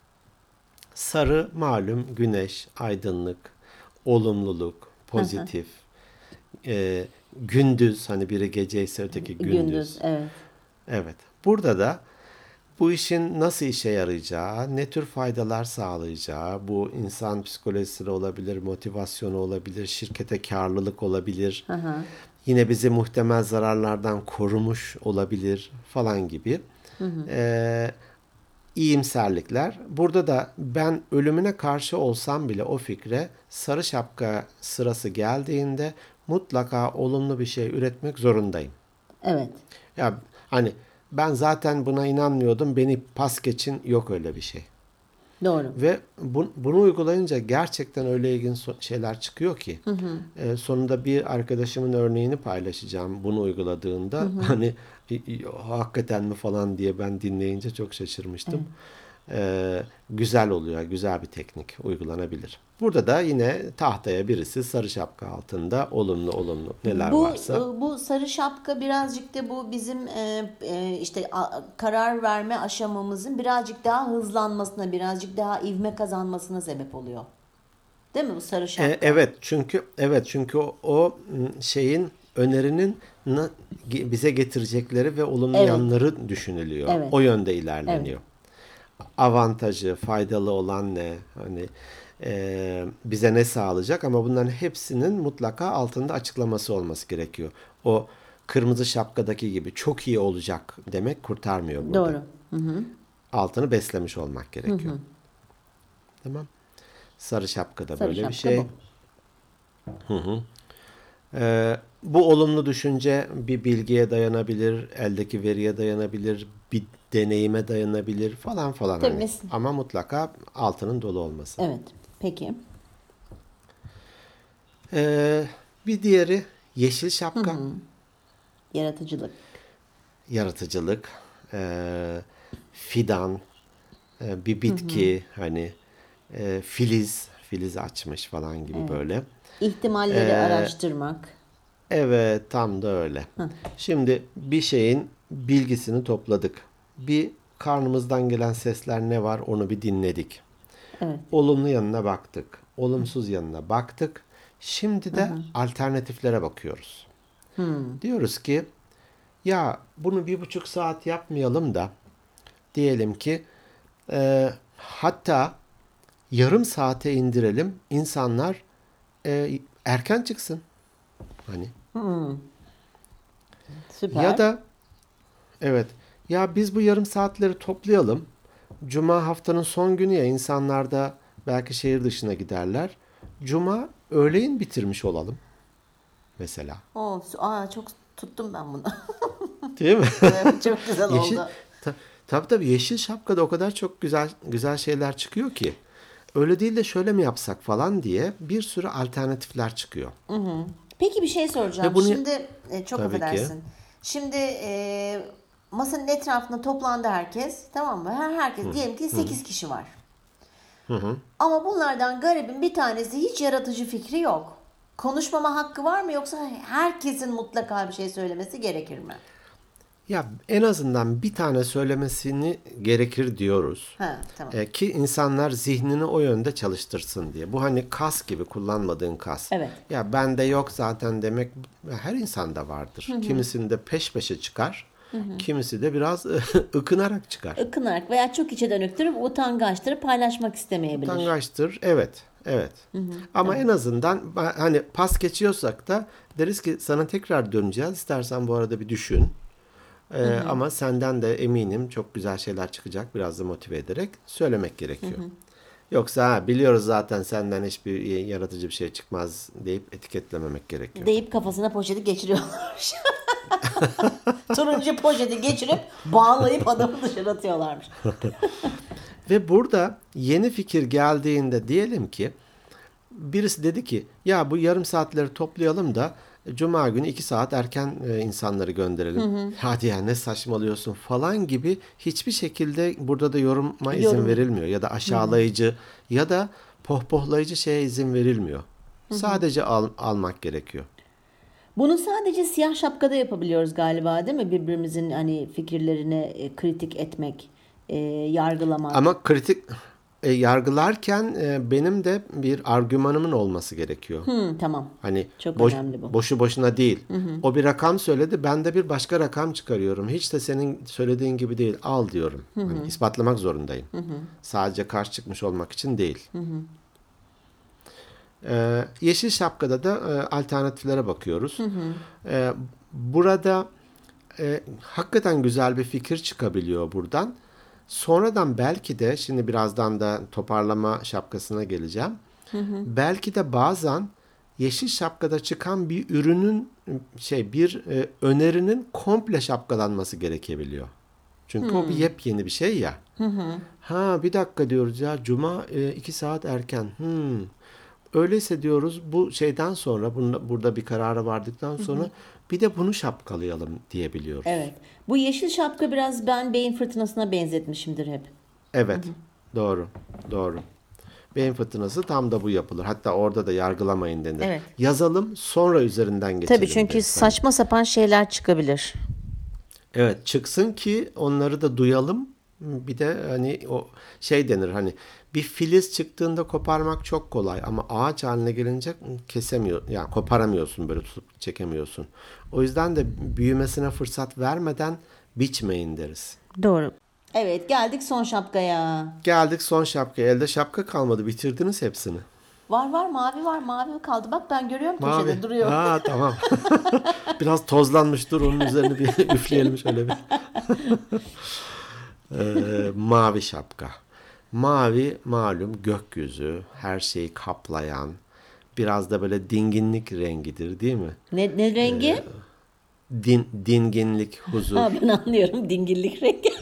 Sarı malum güneş, aydınlık, olumluluk, pozitif. Ee, gündüz hani biri gece ise öteki gündüz. Gündüz. Evet. Evet. Burada da bu işin nasıl işe yarayacağı, ne tür faydalar sağlayacağı, bu insan psikolojisi de olabilir, motivasyonu olabilir, şirkete karlılık olabilir, yine bizi muhtemel zararlardan korumuş olabilir falan gibi ee, iyimserlikler. Burada da ben ölümüne karşı olsam bile o fikre sarı şapka sırası geldiğinde mutlaka olumlu bir şey üretmek zorundayım. Evet. Ya hani ben zaten buna inanmıyordum. Beni pas geçin, yok öyle bir şey. Doğru. Ve bu, bunu uygulayınca gerçekten öyle ilginç so- şeyler çıkıyor ki. Ee, sonunda bir arkadaşımın örneğini paylaşacağım bunu uyguladığında. Hani "İ- İ- hakikaten mi falan diye ben dinleyince çok şaşırmıştım. Ee, güzel oluyor. Güzel bir teknik. Uygulanabilir. Burada da yine tahtaya birisi sarı şapka altında olumlu olumlu neler Bu varsa. e, bu sarı şapka birazcık da bu bizim e, e, işte a- karar verme aşamamızın birazcık daha hızlanmasına, birazcık daha ivme kazanmasına sebep oluyor. Değil mi bu sarı E, şapka? evet çünkü evet çünkü o, o m, şeyin önerinin na- ge- bize getirecekleri ve olumlu Evet. yanları düşünülüyor. Evet. O yönde ilerleniyor. Avantajı, faydalı olan ne? Hani e, bize ne sağlayacak? Ama bunların hepsinin mutlaka altında açıklaması olması gerekiyor. O kırmızı şapkadaki gibi çok iyi olacak demek kurtarmıyor burada. Doğru. Altını beslemiş olmak gerekiyor. Tamam. Sarı şapkada Sarı böyle şapka bir şey. bu. Ee, bu olumlu düşünce bir bilgiye dayanabilir, eldeki veriye dayanabilir, bir deneyime dayanabilir falan falan. Tabii Hani. mes- Ama mutlaka altının dolu olması. Evet. Peki. Ee, bir diğeri yeşil şapka, Yaratıcılık. yaratıcılık, ee, fidan, ee, bir bitki hani ee, filiz, filiz açmış falan gibi böyle. İhtimalleri araştırmak. Evet, tam da öyle. Şimdi bir şeyin bilgisini topladık. Bir karnımızdan gelen sesler ne var onu bir dinledik. Evet. Olumlu yanına baktık. Olumsuz yanına baktık. Şimdi de alternatiflere bakıyoruz. Diyoruz ki ya bunu bir buçuk saat yapmayalım da diyelim ki e, hatta yarım saate indirelim. İnsanlar e, erken çıksın. Hani Süper. ya da evet ya biz bu yarım saatleri toplayalım. Cuma haftanın son günü ya insanlar da belki şehir dışına giderler. Cuma öğleyin bitirmiş olalım mesela. Oo, aa, çok tuttum ben bunu. Değil mi? Evet, çok güzel Yeşil oldu. ta, tabii tabii yeşil şapkada o kadar çok güzel güzel şeyler çıkıyor ki. Öyle değil de şöyle mi yapsak falan diye bir sürü alternatifler çıkıyor. Peki bir şey Ve soracağım. bunu Şimdi e, çok tabii ki affedersin. Şimdi e, masanın etrafında toplandı herkes. Tamam mı? Her herkes diyelim ki sekiz kişi var. Ama bunlardan garibin bir tanesi hiç yaratıcı fikri yok. Konuşmama hakkı var mı yoksa herkesin mutlaka bir şey söylemesi gerekir mi? ya en azından bir tane söylemesini gerekir diyoruz. Ha, tamam. E, ki insanlar zihnini o yönde çalıştırsın diye. Bu hani kas gibi kullanmadığın kas. Evet. Ya bende yok zaten demek her insanda vardır. Kimisinde peş peşe çıkar. Kimisi de biraz ıkınarak çıkar. Ikınarak veya çok içe dönüktür, utangaçtır, paylaşmak istemeyebilir. Utangaçtır. Evet. Evet. Ama en azından hani pas geçiyorsak da deriz ki sana tekrar döneceğiz. İstersen bu arada bir düşün. Ee, ama senden de eminim çok güzel şeyler çıkacak. Biraz da motive ederek söylemek gerekiyor. Yoksa ha, biliyoruz zaten senden hiçbir yaratıcı bir şey çıkmaz deyip etiketlememek gerekiyor. Deyip kafasına poşeti geçiriyorlarmış. Turuncu poşeti geçirip bağlayıp adamı dışarı atıyorlarmış. Ve burada yeni fikir geldiğinde diyelim ki birisi dedi ki ya bu yarım saatleri toplayalım da Cuma günü iki saat erken e, insanları gönderelim. Hadi ya ne saçmalıyorsun falan gibi hiçbir şekilde burada da yoruma izin Yorum. verilmiyor. Ya da aşağılayıcı ya da pohpohlayıcı şeye izin verilmiyor. Sadece al, almak gerekiyor. Bunu sadece siyah şapkada yapabiliyoruz galiba, değil mi? Birbirimizin hani fikirlerine e, kritik etmek, e, yargılamak. Ama kritik e, yargılarken e, benim de bir argümanımın olması gerekiyor. Hı, tamam. Hani Çok boş, önemli bu. boşu boşuna değil. O bir rakam söyledi, ben de bir başka rakam çıkarıyorum. Hiç de senin söylediğin gibi değil. Al diyorum. Hani ispatlamak zorundayım. Sadece karşı çıkmış olmak için değil. Ee, yeşil şapkada da e, alternatiflere bakıyoruz. Ee, burada e, hakikaten güzel bir fikir çıkabiliyor buradan. Sonradan belki de şimdi birazdan da toparlama şapkasına geleceğim. Belki de bazen yeşil şapkada çıkan bir ürünün şey bir e, önerinin komple şapkalanması gerekebiliyor. Çünkü o bir yepyeni bir şey ya. Ha bir dakika diyoruz ya Cuma e, iki saat erken. Hmm. Öyleyse diyoruz bu şeyden sonra bunda, burada bir karara vardıktan sonra bir de bunu şapkalayalım diyebiliyoruz. Evet. Bu yeşil şapka biraz ben beyin fırtınasına benzetmişimdir hep. Evet. Doğru. Doğru. Beyin fırtınası tam da bu yapılır. Hatta orada da yargılamayın denir. Evet. Yazalım sonra üzerinden geçelim. Tabii çünkü deriz. saçma sapan şeyler çıkabilir. Evet çıksın ki onları da duyalım. Bir de hani o şey denir hani bir filiz çıktığında koparmak çok kolay ama ağaç haline gelince kesemiyor yani koparamıyorsun böyle tutup çekemiyorsun. O yüzden de büyümesine fırsat vermeden biçmeyin deriz. Doğru. Evet, geldik son şapkaya. Geldik son şapkaya. Elde şapka kalmadı. Bitirdiniz hepsini. Var var, mavi var, mavi kaldı. Bak ben görüyorum Mavi. köşede duruyor. Ha tamam. Biraz tozlanmış dur onun üzerine bir üfleyelim şöyle bir. Ee, mavi şapka. Mavi malum gökyüzü, her şeyi kaplayan, biraz da böyle dinginlik rengidir değil mi? Ne, ne rengi? Din, dinginlik, huzur. Ha, ben anlıyorum, dingillik rengi.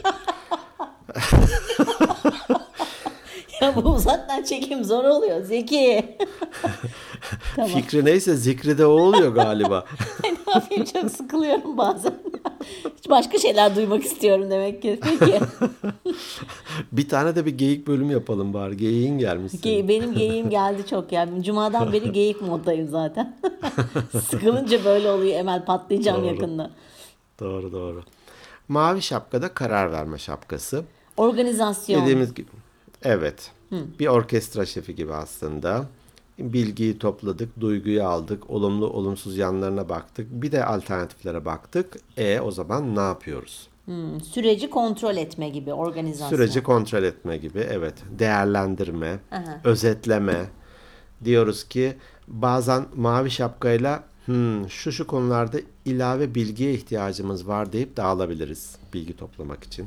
Ya bu uzaktan çekim zor oluyor Zeki. Tamam. Fikri neyse zikri de o oluyor galiba. Ne yapayım, çok sıkılıyorum bazen. Hiç başka şeyler duymak istiyorum demek ki. Peki. Bir tane de bir geyik bölümü yapalım bari. Geyiğin gelmiş. Ge- benim geyiğim geldi çok ya. Cuma'dan beri geyik moddayım zaten. Sıkılınca böyle oluyor Emel, patlayacağım Doğru. yakında. Doğru doğru. Mavi şapka da karar verme şapkası. Organizasyon. Dediğimiz gibi. Evet. Bir orkestra şefi gibi aslında. Bilgiyi topladık, duyguyu aldık, olumlu olumsuz yanlarına baktık. Bir de alternatiflere baktık. E o zaman ne yapıyoruz? Hmm, süreci kontrol etme gibi organizasyon. Süreci kontrol etme gibi, evet. Değerlendirme, Aha. özetleme. Diyoruz ki bazen mavi şapkayla hmm, şu şu konularda ilave bilgiye ihtiyacımız var deyip dağılabiliriz bilgi toplamak için.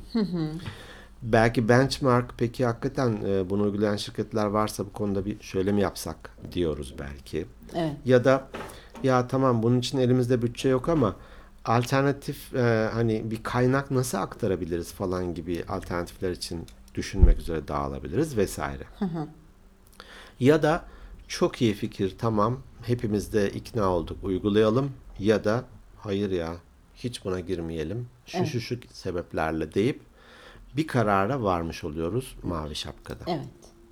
Belki benchmark, peki hakikaten e, bunu uygulayan şirketler varsa bu konuda bir şöyle mi yapsak diyoruz belki. Evet. Ya da ya tamam bunun için elimizde bütçe yok ama alternatif e, hani bir kaynak nasıl aktarabiliriz falan gibi alternatifler için düşünmek üzere dağılabiliriz vesaire. Ya da çok iyi fikir, tamam hepimiz de ikna olduk, uygulayalım, ya da hayır ya hiç buna girmeyelim şu Evet. şu şu sebeplerle deyip bir karara varmış oluyoruz mavi şapkada. Evet.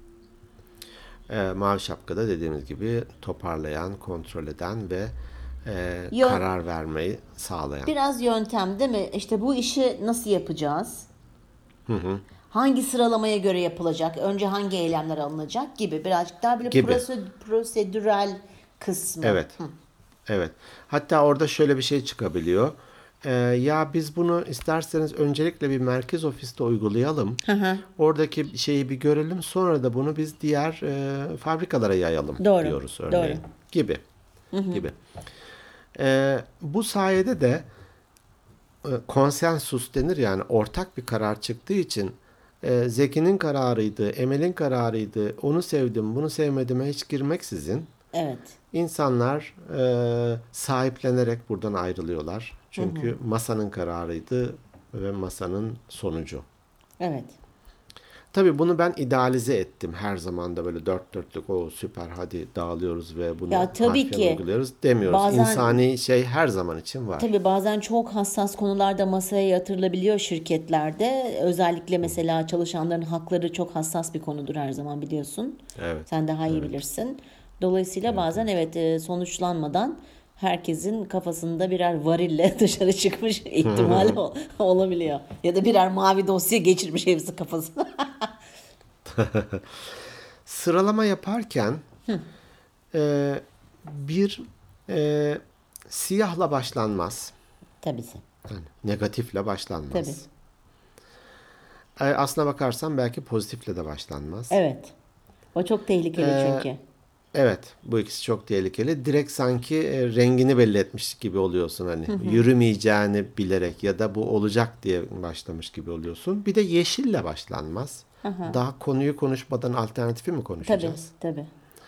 Ee, mavi şapkada dediğimiz gibi toparlayan, kontrol eden ve e, Yo- karar vermeyi sağlayan. Biraz yöntem değil mi? İşte bu işi nasıl yapacağız? Hangi sıralamaya göre yapılacak? Önce hangi eylemler alınacak gibi. Birazcık daha böyle Gibi. prose- prosedürel kısmı. Evet. Evet. Hatta orada şöyle bir şey çıkabiliyor. Ee, ya biz bunu isterseniz öncelikle bir merkez ofiste uygulayalım. Oradaki şeyi bir görelim. Sonra da bunu biz diğer e, fabrikalara yayalım Doğru, diyoruz örneğin. doğru. Gibi. Gibi. Ee, bu sayede de e, konsensus denir, yani ortak bir karar çıktığı için e, Zeki'nin kararıydı, Emel'in kararıydı, onu sevdim, bunu sevmedime hiç girmeksizin Evet. İnsanlar e, sahiplenerek buradan ayrılıyorlar. Çünkü masanın kararıydı ve masanın sonucu. Evet. Tabii bunu ben idealize ettim. Her zaman da böyle dört dörtlük o süper hadi dağılıyoruz ve bunu Ya tabii harfiyen ki. uyguluyoruz demiyoruz. Bazen- İnsani şey her zaman için var. Tabii bazen çok hassas konularda masaya yatırılabiliyor şirketlerde. Özellikle mesela çalışanların hakları çok hassas bir konudur her zaman, biliyorsun. Evet. Sen daha iyi bilirsin. Dolayısıyla bazen evet e, sonuçlanmadan herkesin kafasında birer varille dışarı çıkmış ihtimali ol- olabiliyor. Ya da birer mavi dosya geçirmiş hepsi kafasına. Sıralama yaparken e, bir e, siyahla başlanmaz. Tabii. Yani negatifle başlanmaz. Tabii. E, aslına bakarsan belki pozitifle de başlanmaz. Evet. O çok tehlikeli Ee, çünkü. Evet, bu ikisi çok tehlikeli. Direkt sanki e, rengini belli etmiş gibi oluyorsun hani. Yürümeyeceğini bilerek ya da bu olacak diye başlamış gibi oluyorsun. Bir de yeşille başlanmaz. Daha konuyu konuşmadan alternatifi mi Tabii, konuşacağız? tabii.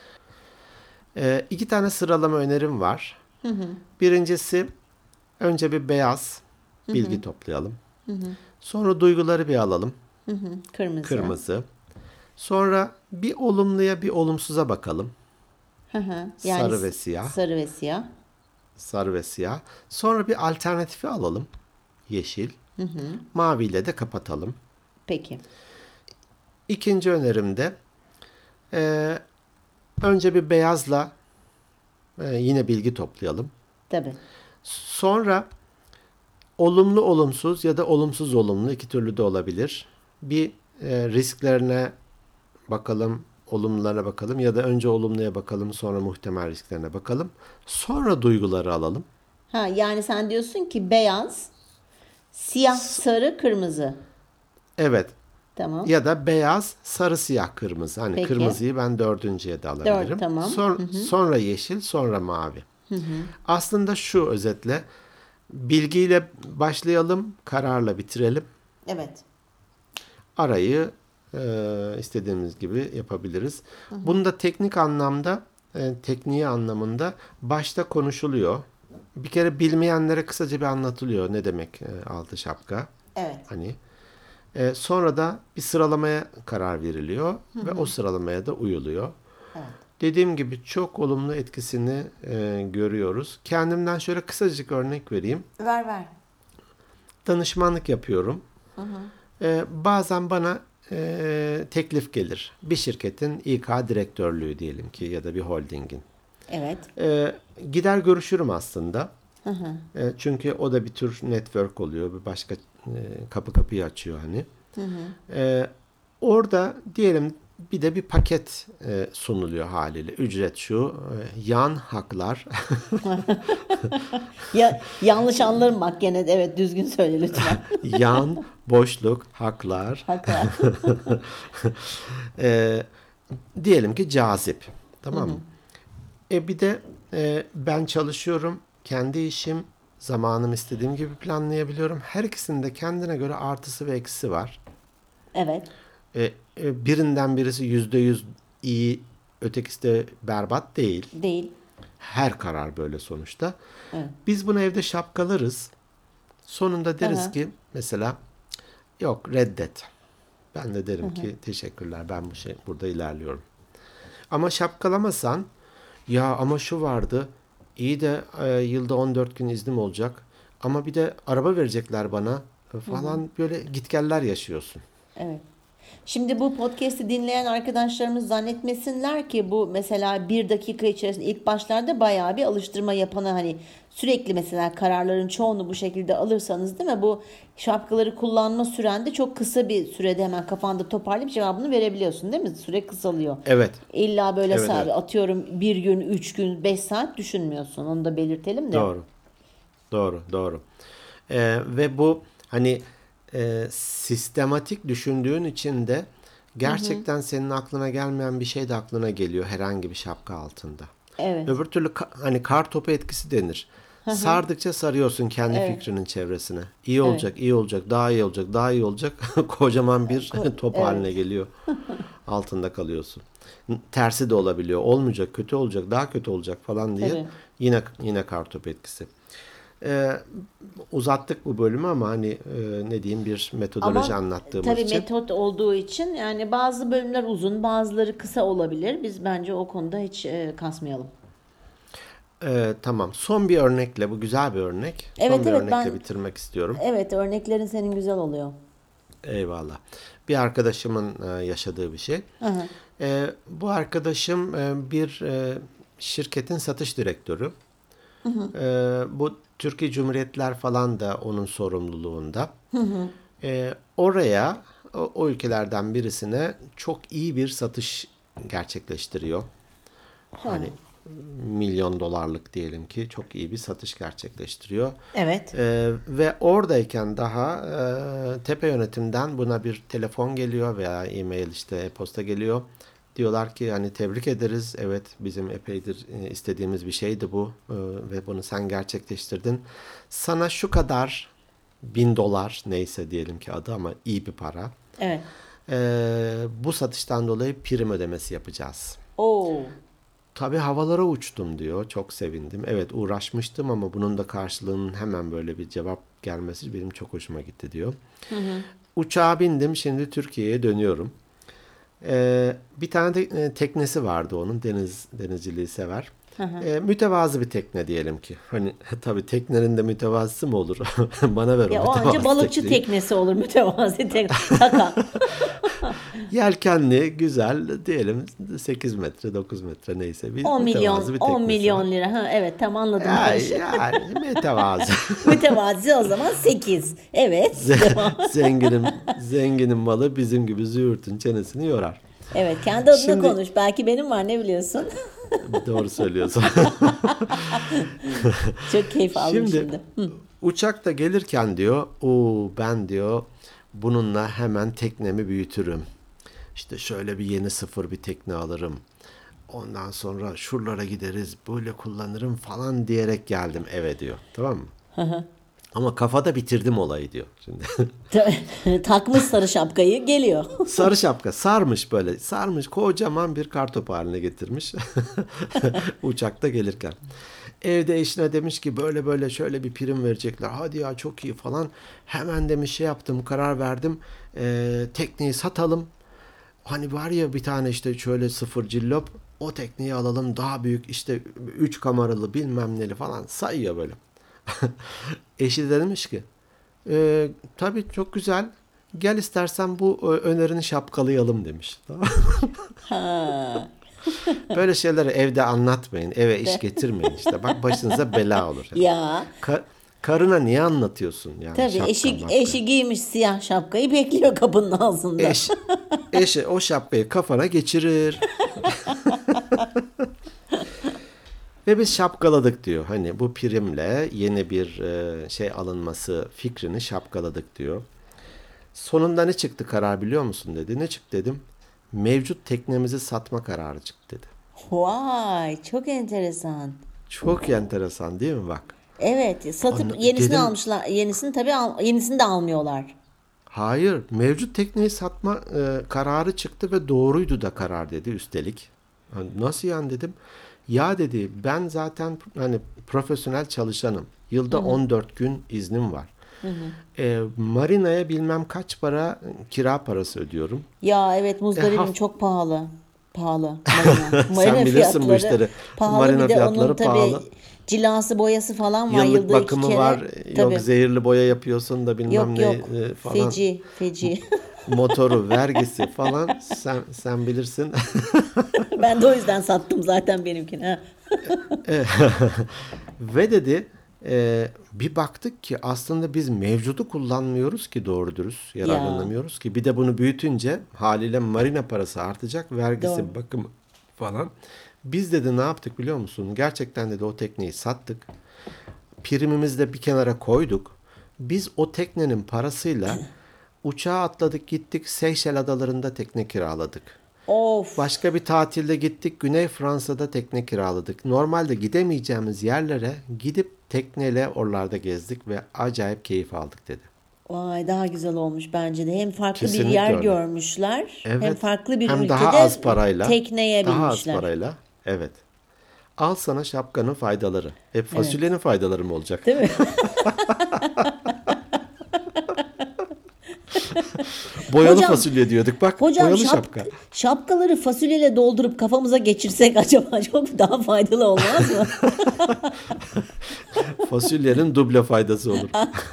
Ee, iki tane sıralama önerim var. Birincisi, önce bir beyaz bilgi toplayalım. Sonra duyguları bir alalım. Kırmızı. Kırmızı. Sonra bir olumluya bir olumsuza bakalım. Hı hı. Sarı ve siyah. Sarı ve siyah. Sarı ve siyah. Sonra bir alternatifi alalım. Yeşil. Maviyle de kapatalım. Peki. İkinci önerim de e, önce bir beyazla e, yine bilgi toplayalım. Tabii. Sonra olumlu olumsuz ya da olumsuz olumlu, iki türlü de olabilir. Bir e, risklerine bakalım, olumlulara bakalım ya da önce olumluya bakalım, sonra muhtemel risklerine bakalım. Sonra duyguları alalım. Ha, yani sen diyorsun ki beyaz, siyah, sarı, kırmızı. Evet. Tamam. Ya da beyaz, sarı, siyah, kırmızı. Hani Peki. kırmızıyı ben dördüncüye de alabilirim. Dört, tamam. Son- Sonra yeşil, sonra mavi. Aslında şu özetle, bilgiyle başlayalım, kararla bitirelim. Evet. Arayı e, istediğimiz gibi yapabiliriz. Bunu da teknik anlamda, e, tekniği anlamında başta konuşuluyor. Bir kere bilmeyenlere kısaca bir anlatılıyor ne demek e, altı şapka. Evet. Hani e, sonra da bir sıralamaya karar veriliyor ve o sıralamaya da uyuluyor. Evet. Dediğim gibi çok olumlu etkisini e, görüyoruz. Kendimden şöyle kısacık örnek vereyim. Ver ver. Danışmanlık yapıyorum. E, bazen bana e, teklif gelir. Bir şirketin İK direktörlüğü diyelim ki ya da bir holdingin. Evet. E, gider görüşürüm aslında. E, çünkü o da bir tür network oluyor. Bir başka kapı kapıyı açıyor hani. E, orada diyelim bir de bir paket e, sunuluyor haliyle. Ücret şu, e, yan haklar. Ya yanlış anlarım bak gene de, evet düzgün söyle lütfen. Yan, boşluk, haklar. Haklı. E, diyelim ki cazip. Tamam mı? E bir de e, ben çalışıyorum. Kendi işim. Zamanımı istediğim gibi planlayabiliyorum. Her ikisinin de kendine göre artısı ve eksisi var. Evet. E, e, birinden birisi yüzde yüz iyi, ötekisi de berbat değil. Değil. Her karar böyle sonuçta. Evet. Biz bunu evde şapkalarız. Sonunda deriz Aha. ki mesela yok reddet. Ben de derim ki teşekkürler, ben bu şey burada ilerliyorum. Ama şapkalamasan ya ama şu vardı iyi de e, yılda on dört gün iznim olacak ama bir de araba verecekler bana falan, böyle gitgeller yaşıyorsun. Evet. Şimdi bu podcast'i dinleyen arkadaşlarımız zannetmesinler ki bu mesela bir dakika içerisinde ilk başlarda bayağı bir alıştırma yapana, hani sürekli mesela kararların çoğunu bu şekilde alırsanız değil mi? Bu şapkaları kullanma sürende çok kısa bir sürede hemen kafanda toparlayıp cevabını verebiliyorsun değil mi? Süre kısalıyor. Evet. İlla böyle Evet, sa- evet. atıyorum bir gün, üç gün, beş saat düşünmüyorsun. Onu da belirtelim de. Doğru. Doğru, doğru. Ee, ve bu hani e, sistematik düşündüğün için de gerçekten senin aklına gelmeyen bir şey de aklına geliyor herhangi bir şapka altında. Evet. Öbür türlü ka- hani kar topu etkisi denir. Sardıkça sarıyorsun kendi Evet. fikrinin çevresine. İyi olacak, iyi olacak, daha iyi olacak, daha iyi olacak. Kocaman bir top Evet. haline geliyor. Altında kalıyorsun. Tersi de olabiliyor. Olmayacak, kötü olacak, daha kötü olacak falan diye. Tabii. Yine yine kar topu etkisi. Ee, uzattık bu bölümü ama hani e, ne diyeyim, bir metodoloji Ama anlattığımız tabii için. metot olduğu için yani bazı bölümler uzun, bazıları kısa olabilir. Biz bence o konuda hiç e, kasmayalım. Ee, tamam. Son bir örnekle, bu güzel bir örnek. Son Evet bir evet örnekle ben bitirmek istiyorum. evet örneklerin senin güzel oluyor. Eyvallah. Bir arkadaşımın e, yaşadığı bir şey. Hı hı. E, bu arkadaşım e, bir e, şirketin satış direktörü. E, bu Türkiye Cumhuriyetler falan da onun sorumluluğunda. E, oraya, o, o ülkelerden birisine çok iyi bir satış gerçekleştiriyor. Hani milyon dolarlık diyelim ki çok iyi bir satış gerçekleştiriyor. Evet. Ee, ve oradayken daha e, tepe yönetimden buna bir telefon geliyor veya e-mail, işte e-posta geliyor. Diyorlar ki hani tebrik ederiz. Evet, bizim epeydir e, istediğimiz bir şeydi bu e, ve bunu sen gerçekleştirdin. Sana şu kadar bin dolar, neyse diyelim ki adı, ama iyi bir para. Evet. E, bu satıştan dolayı prim ödemesi yapacağız. Oo. Tabii havalara uçtum diyor. Çok sevindim. Evet, uğraşmıştım ama bunun da karşılığının hemen böyle bir cevap gelmesi benim çok hoşuma gitti diyor. Hı hı. Uçağa bindim. Şimdi Türkiye'ye dönüyorum. Ee, bir tane de e, teknesi vardı onun. Deniz denizciliği sever. Hı hı. Ee, mütevazı bir tekne diyelim ki. Hani tabii teknenin de mütevazısı mı olur? Bana ver o Ya o anca mütevazı balıkçı tekneyi. teknesi olur, mütevazi tekne. Taka. Yelkenli, güzel diyelim, sekiz metre, dokuz metre neyse. Bir on mütevazı milyon bir on teknesi milyon var. lira. Ha evet, tam anladım Ya, ben şimdi. yani mütevazı. Mütevazi o zaman sekiz. Evet. Devam. Zenginin, zenginin malı bizim gibi züğürtün çenesini yorar. Evet, kendi adına Şimdi- konuş. Belki benim var, ne biliyorsun? Doğru söylüyorsun. Çok keyif aldım Şimdi şimdi. Hı. uçakta gelirken diyor, o ben diyor bununla hemen teknemi büyütürüm. İşte şöyle bir yeni sıfır bir tekne alırım. Ondan sonra şuralara gideriz, böyle kullanırım falan diyerek geldim eve diyor. Tamam mı? Ama kafada bitirdim olayı diyor şimdi. Takmış sarı şapkayı, geliyor. Sarı şapka sarmış, böyle sarmış, kocaman bir kartopu haline getirmiş uçakta gelirken. Evde eşine demiş ki böyle böyle şöyle bir prim verecekler, hadi ya çok iyi falan. Hemen demiş şey yaptım, karar verdim, Ee, tekneyi satalım. Hani var ya bir tane işte şöyle sıfır cillop, o tekneyi alalım, daha büyük, işte üç kameralı bilmem neli falan sayıyor böyle. Eşi de demiş ki e, tabii çok güzel, gel istersen bu e, önerini şapkalayalım demiş. Tamam. Ha. Böyle şeyleri evde anlatmayın, eve iş getirmeyin işte, bak başınıza bela olur. Ya Ka- Karına niye anlatıyorsun yani Tabii şapka eşi, mapka? eşi giymiş siyah şapkayı bekliyor kapının ağzında. Eş, eşi o şapkayı kafana geçirir. Ve biz şapkaladık diyor. Hani bu primle yeni bir e, şey alınması fikrini şapkaladık diyor. Sonunda ne çıktı karar biliyor musun dedi. Ne çıktı dedim. Mevcut teknemizi satma kararı çıktı dedi. Vay çok enteresan. Çok enteresan değil mi bak. Evet satıp Anla- yenisini dedim- almışlar. Yenisini tabii al- yenisini de almıyorlar. Hayır, mevcut tekneyi satma e, kararı çıktı ve doğruydu da karar dedi üstelik. Hani nasıl yani dedim. Ya dedi ben zaten hani profesyonel çalışanım. Yılda on dört gün iznim var. E, marinaya bilmem kaç para kira parası ödüyorum. Ya evet muzdaribim E, haf- çok pahalı. Pahalı. Marina. Marina Sen bilirsin bu fiyatları işleri. pahalı. Marina Bir de onun fiyatları tabii pahalı. cilası boyası falan var. Yıllık Yılda bakımı iki kere. var. Tabii. Yok zehirli boya yapıyorsun da bilmem Yok ne yok. e, falan. Feci. Feci. Motoru, vergisi falan sen sen bilirsin. Ben de o yüzden sattım zaten benimkini. Ha. Ve dedi e, bir baktık ki aslında biz mevcudu kullanmıyoruz ki doğru dürüst yararlanamıyoruz ki. Bir de bunu büyütünce haliyle marina parası artacak. Vergisi, Doğru. bakım falan. Biz dedi ne yaptık biliyor musun? Gerçekten dedi o tekneyi sattık. Primimizi de bir kenara koyduk. Biz o teknenin parasıyla uçağa atladık gittik Seyşel adalarında tekne kiraladık. Of. Başka bir tatilde gittik. Güney Fransa'da tekne kiraladık. Normalde gidemeyeceğimiz yerlere gidip tekneyle oralarda gezdik ve acayip keyif aldık dedi. Vay daha güzel olmuş bence de. Hem farklı bir Kesinlikle yer öyle. görmüşler. Hem Evet. farklı bir Hem ülkede daha az parayla. tekneye Daha az binmişler. parayla. Evet. Al sana şapkanın faydaları. Hep fasulyenin faydaları mı olacak? Değil mi? Boyalı Hocam- fasulye diyorduk. Bak Hocam boyalı şap- şapka. şapkaları fasulyeyle doldurup kafamıza geçirsek acaba çok daha faydalı olmaz mı? Fasulyenin duble faydası olur.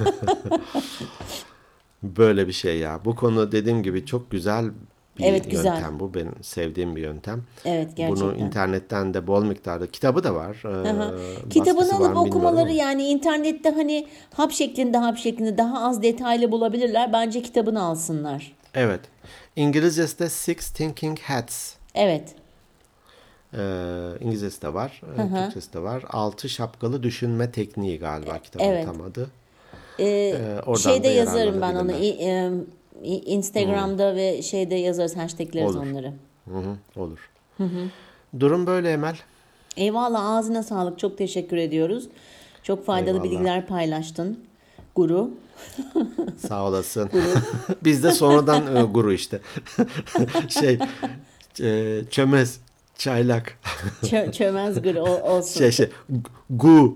Böyle bir şey ya. Bu konu dediğim gibi çok güzel bir Evet, güzel. yöntem bu. Benim sevdiğim bir yöntem. Evet, gerçekten. Bunu internetten de bol miktarda. Kitabı da var. Ee, Aha. baskısı Kitabını var alıp mı bilmiyorum okumaları ama. yani internette hani hap şeklinde hap şeklinde daha az detaylı bulabilirler. Bence kitabını alsınlar. Evet. İngilizcesi de Six Thinking Hats. Evet. Ee, İngilizcesi de var. e, Türkçesi de var. Altı şapkalı düşünme tekniği galiba kitabın Evet. tam adı. Ee, Ee, oradan şeyde da yazarım ben onu. yararlanabilirler. İ- e, İ- Instagram'da ve şeyde yazarız, hashtagleriz Olur. onları. Hı hı, olur. Durum böyle Emel. Eyvallah, ağzına sağlık. Çok teşekkür ediyoruz. Çok faydalı Eyvallah. bilgiler paylaştın. Guru. Sağ olasın. Biz de sonradan e, guru işte. şey e, çömez, çaylak. Çö- çömez guru o- olsun. Şey şey gu.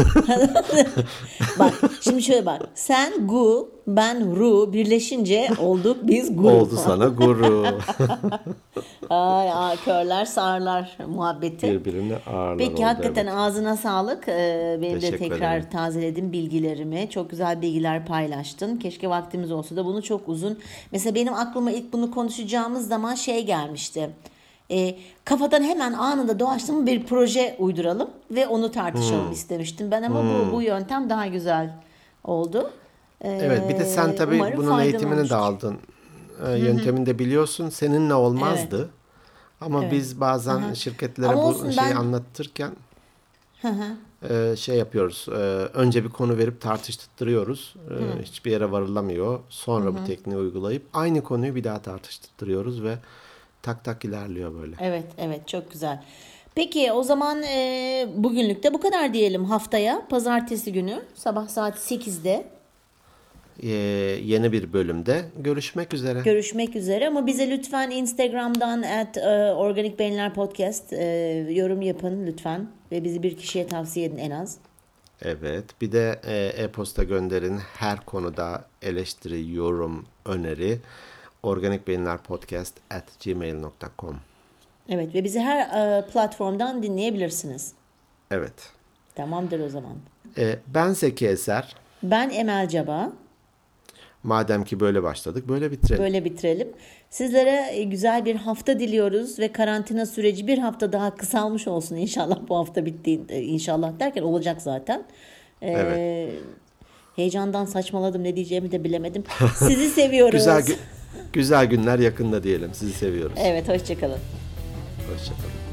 Bak şimdi şöyle bak. Sen gu, ben ru birleşince olduk biz guru. Oldu sana guru. Ay, ay körler sağırlar muhabbeti. Birbirine ağırlar Peki oldu. hakikaten evet. ağzına sağlık. Ee, benim de Teşekkür tekrar ederim. tazeledim bilgilerimi. Çok güzel bilgiler paylaştın. Keşke vaktimiz olsa da bunu çok uzun. Mesela benim aklıma ilk bunu konuşacağımız zaman şey gelmişti. Ee, kafadan hemen anında doğaçlama bir proje uyduralım ve onu tartışalım Hmm. istemiştim ben ama bu bu yöntem daha güzel oldu. Ee, Evet bir de sen tabii umarım bunun faydalı eğitimini de olmuştur. aldın. E, yöntemini de biliyorsun. Seninle olmazdı. Ama Evet. biz bazen şirketlere Ama bu olsun, şeyi ben- anlatırken Hı hı. e, şey yapıyoruz. E, önce bir konu verip tartıştırıyoruz. E, hiçbir yere varılamıyor. Sonra bu tekniği uygulayıp aynı konuyu bir daha tartıştırıyoruz ve tak tak ilerliyor böyle. Evet, evet çok güzel. Peki o zaman e, bugünlük de bu kadar diyelim. Haftaya pazartesi günü sabah saat sekizde E, yeni bir bölümde görüşmek üzere. görüşmek üzere. Ama bize lütfen Instagram'dan at e, Organik Beyinler Podcast e, yorum yapın lütfen. Ve bizi bir kişiye tavsiye edin en az. Evet. Bir de e, e-posta gönderin. Her konuda eleştiri, yorum, öneri organikbeyinlerpodcast at gmail dot com. Evet ve bizi her e, platformdan dinleyebilirsiniz. Evet. Tamamdır o zaman. E, ben Zeki Eser. Ben Emel Caba. Madem ki böyle başladık, böyle bitirelim. Böyle bitirelim. Sizlere e, güzel bir hafta diliyoruz ve karantina süreci bir hafta daha kısalmış olsun inşallah bu hafta bittiğinde. İnşallah derken olacak zaten. Ee, Evet. Heyecandan saçmaladım, ne diyeceğimi de bilemedim. Sizi seviyoruz. Güzel gü- güzel günler yakında diyelim. Sizi seviyoruz. Evet, hoşça kalın. Hoşça kalın.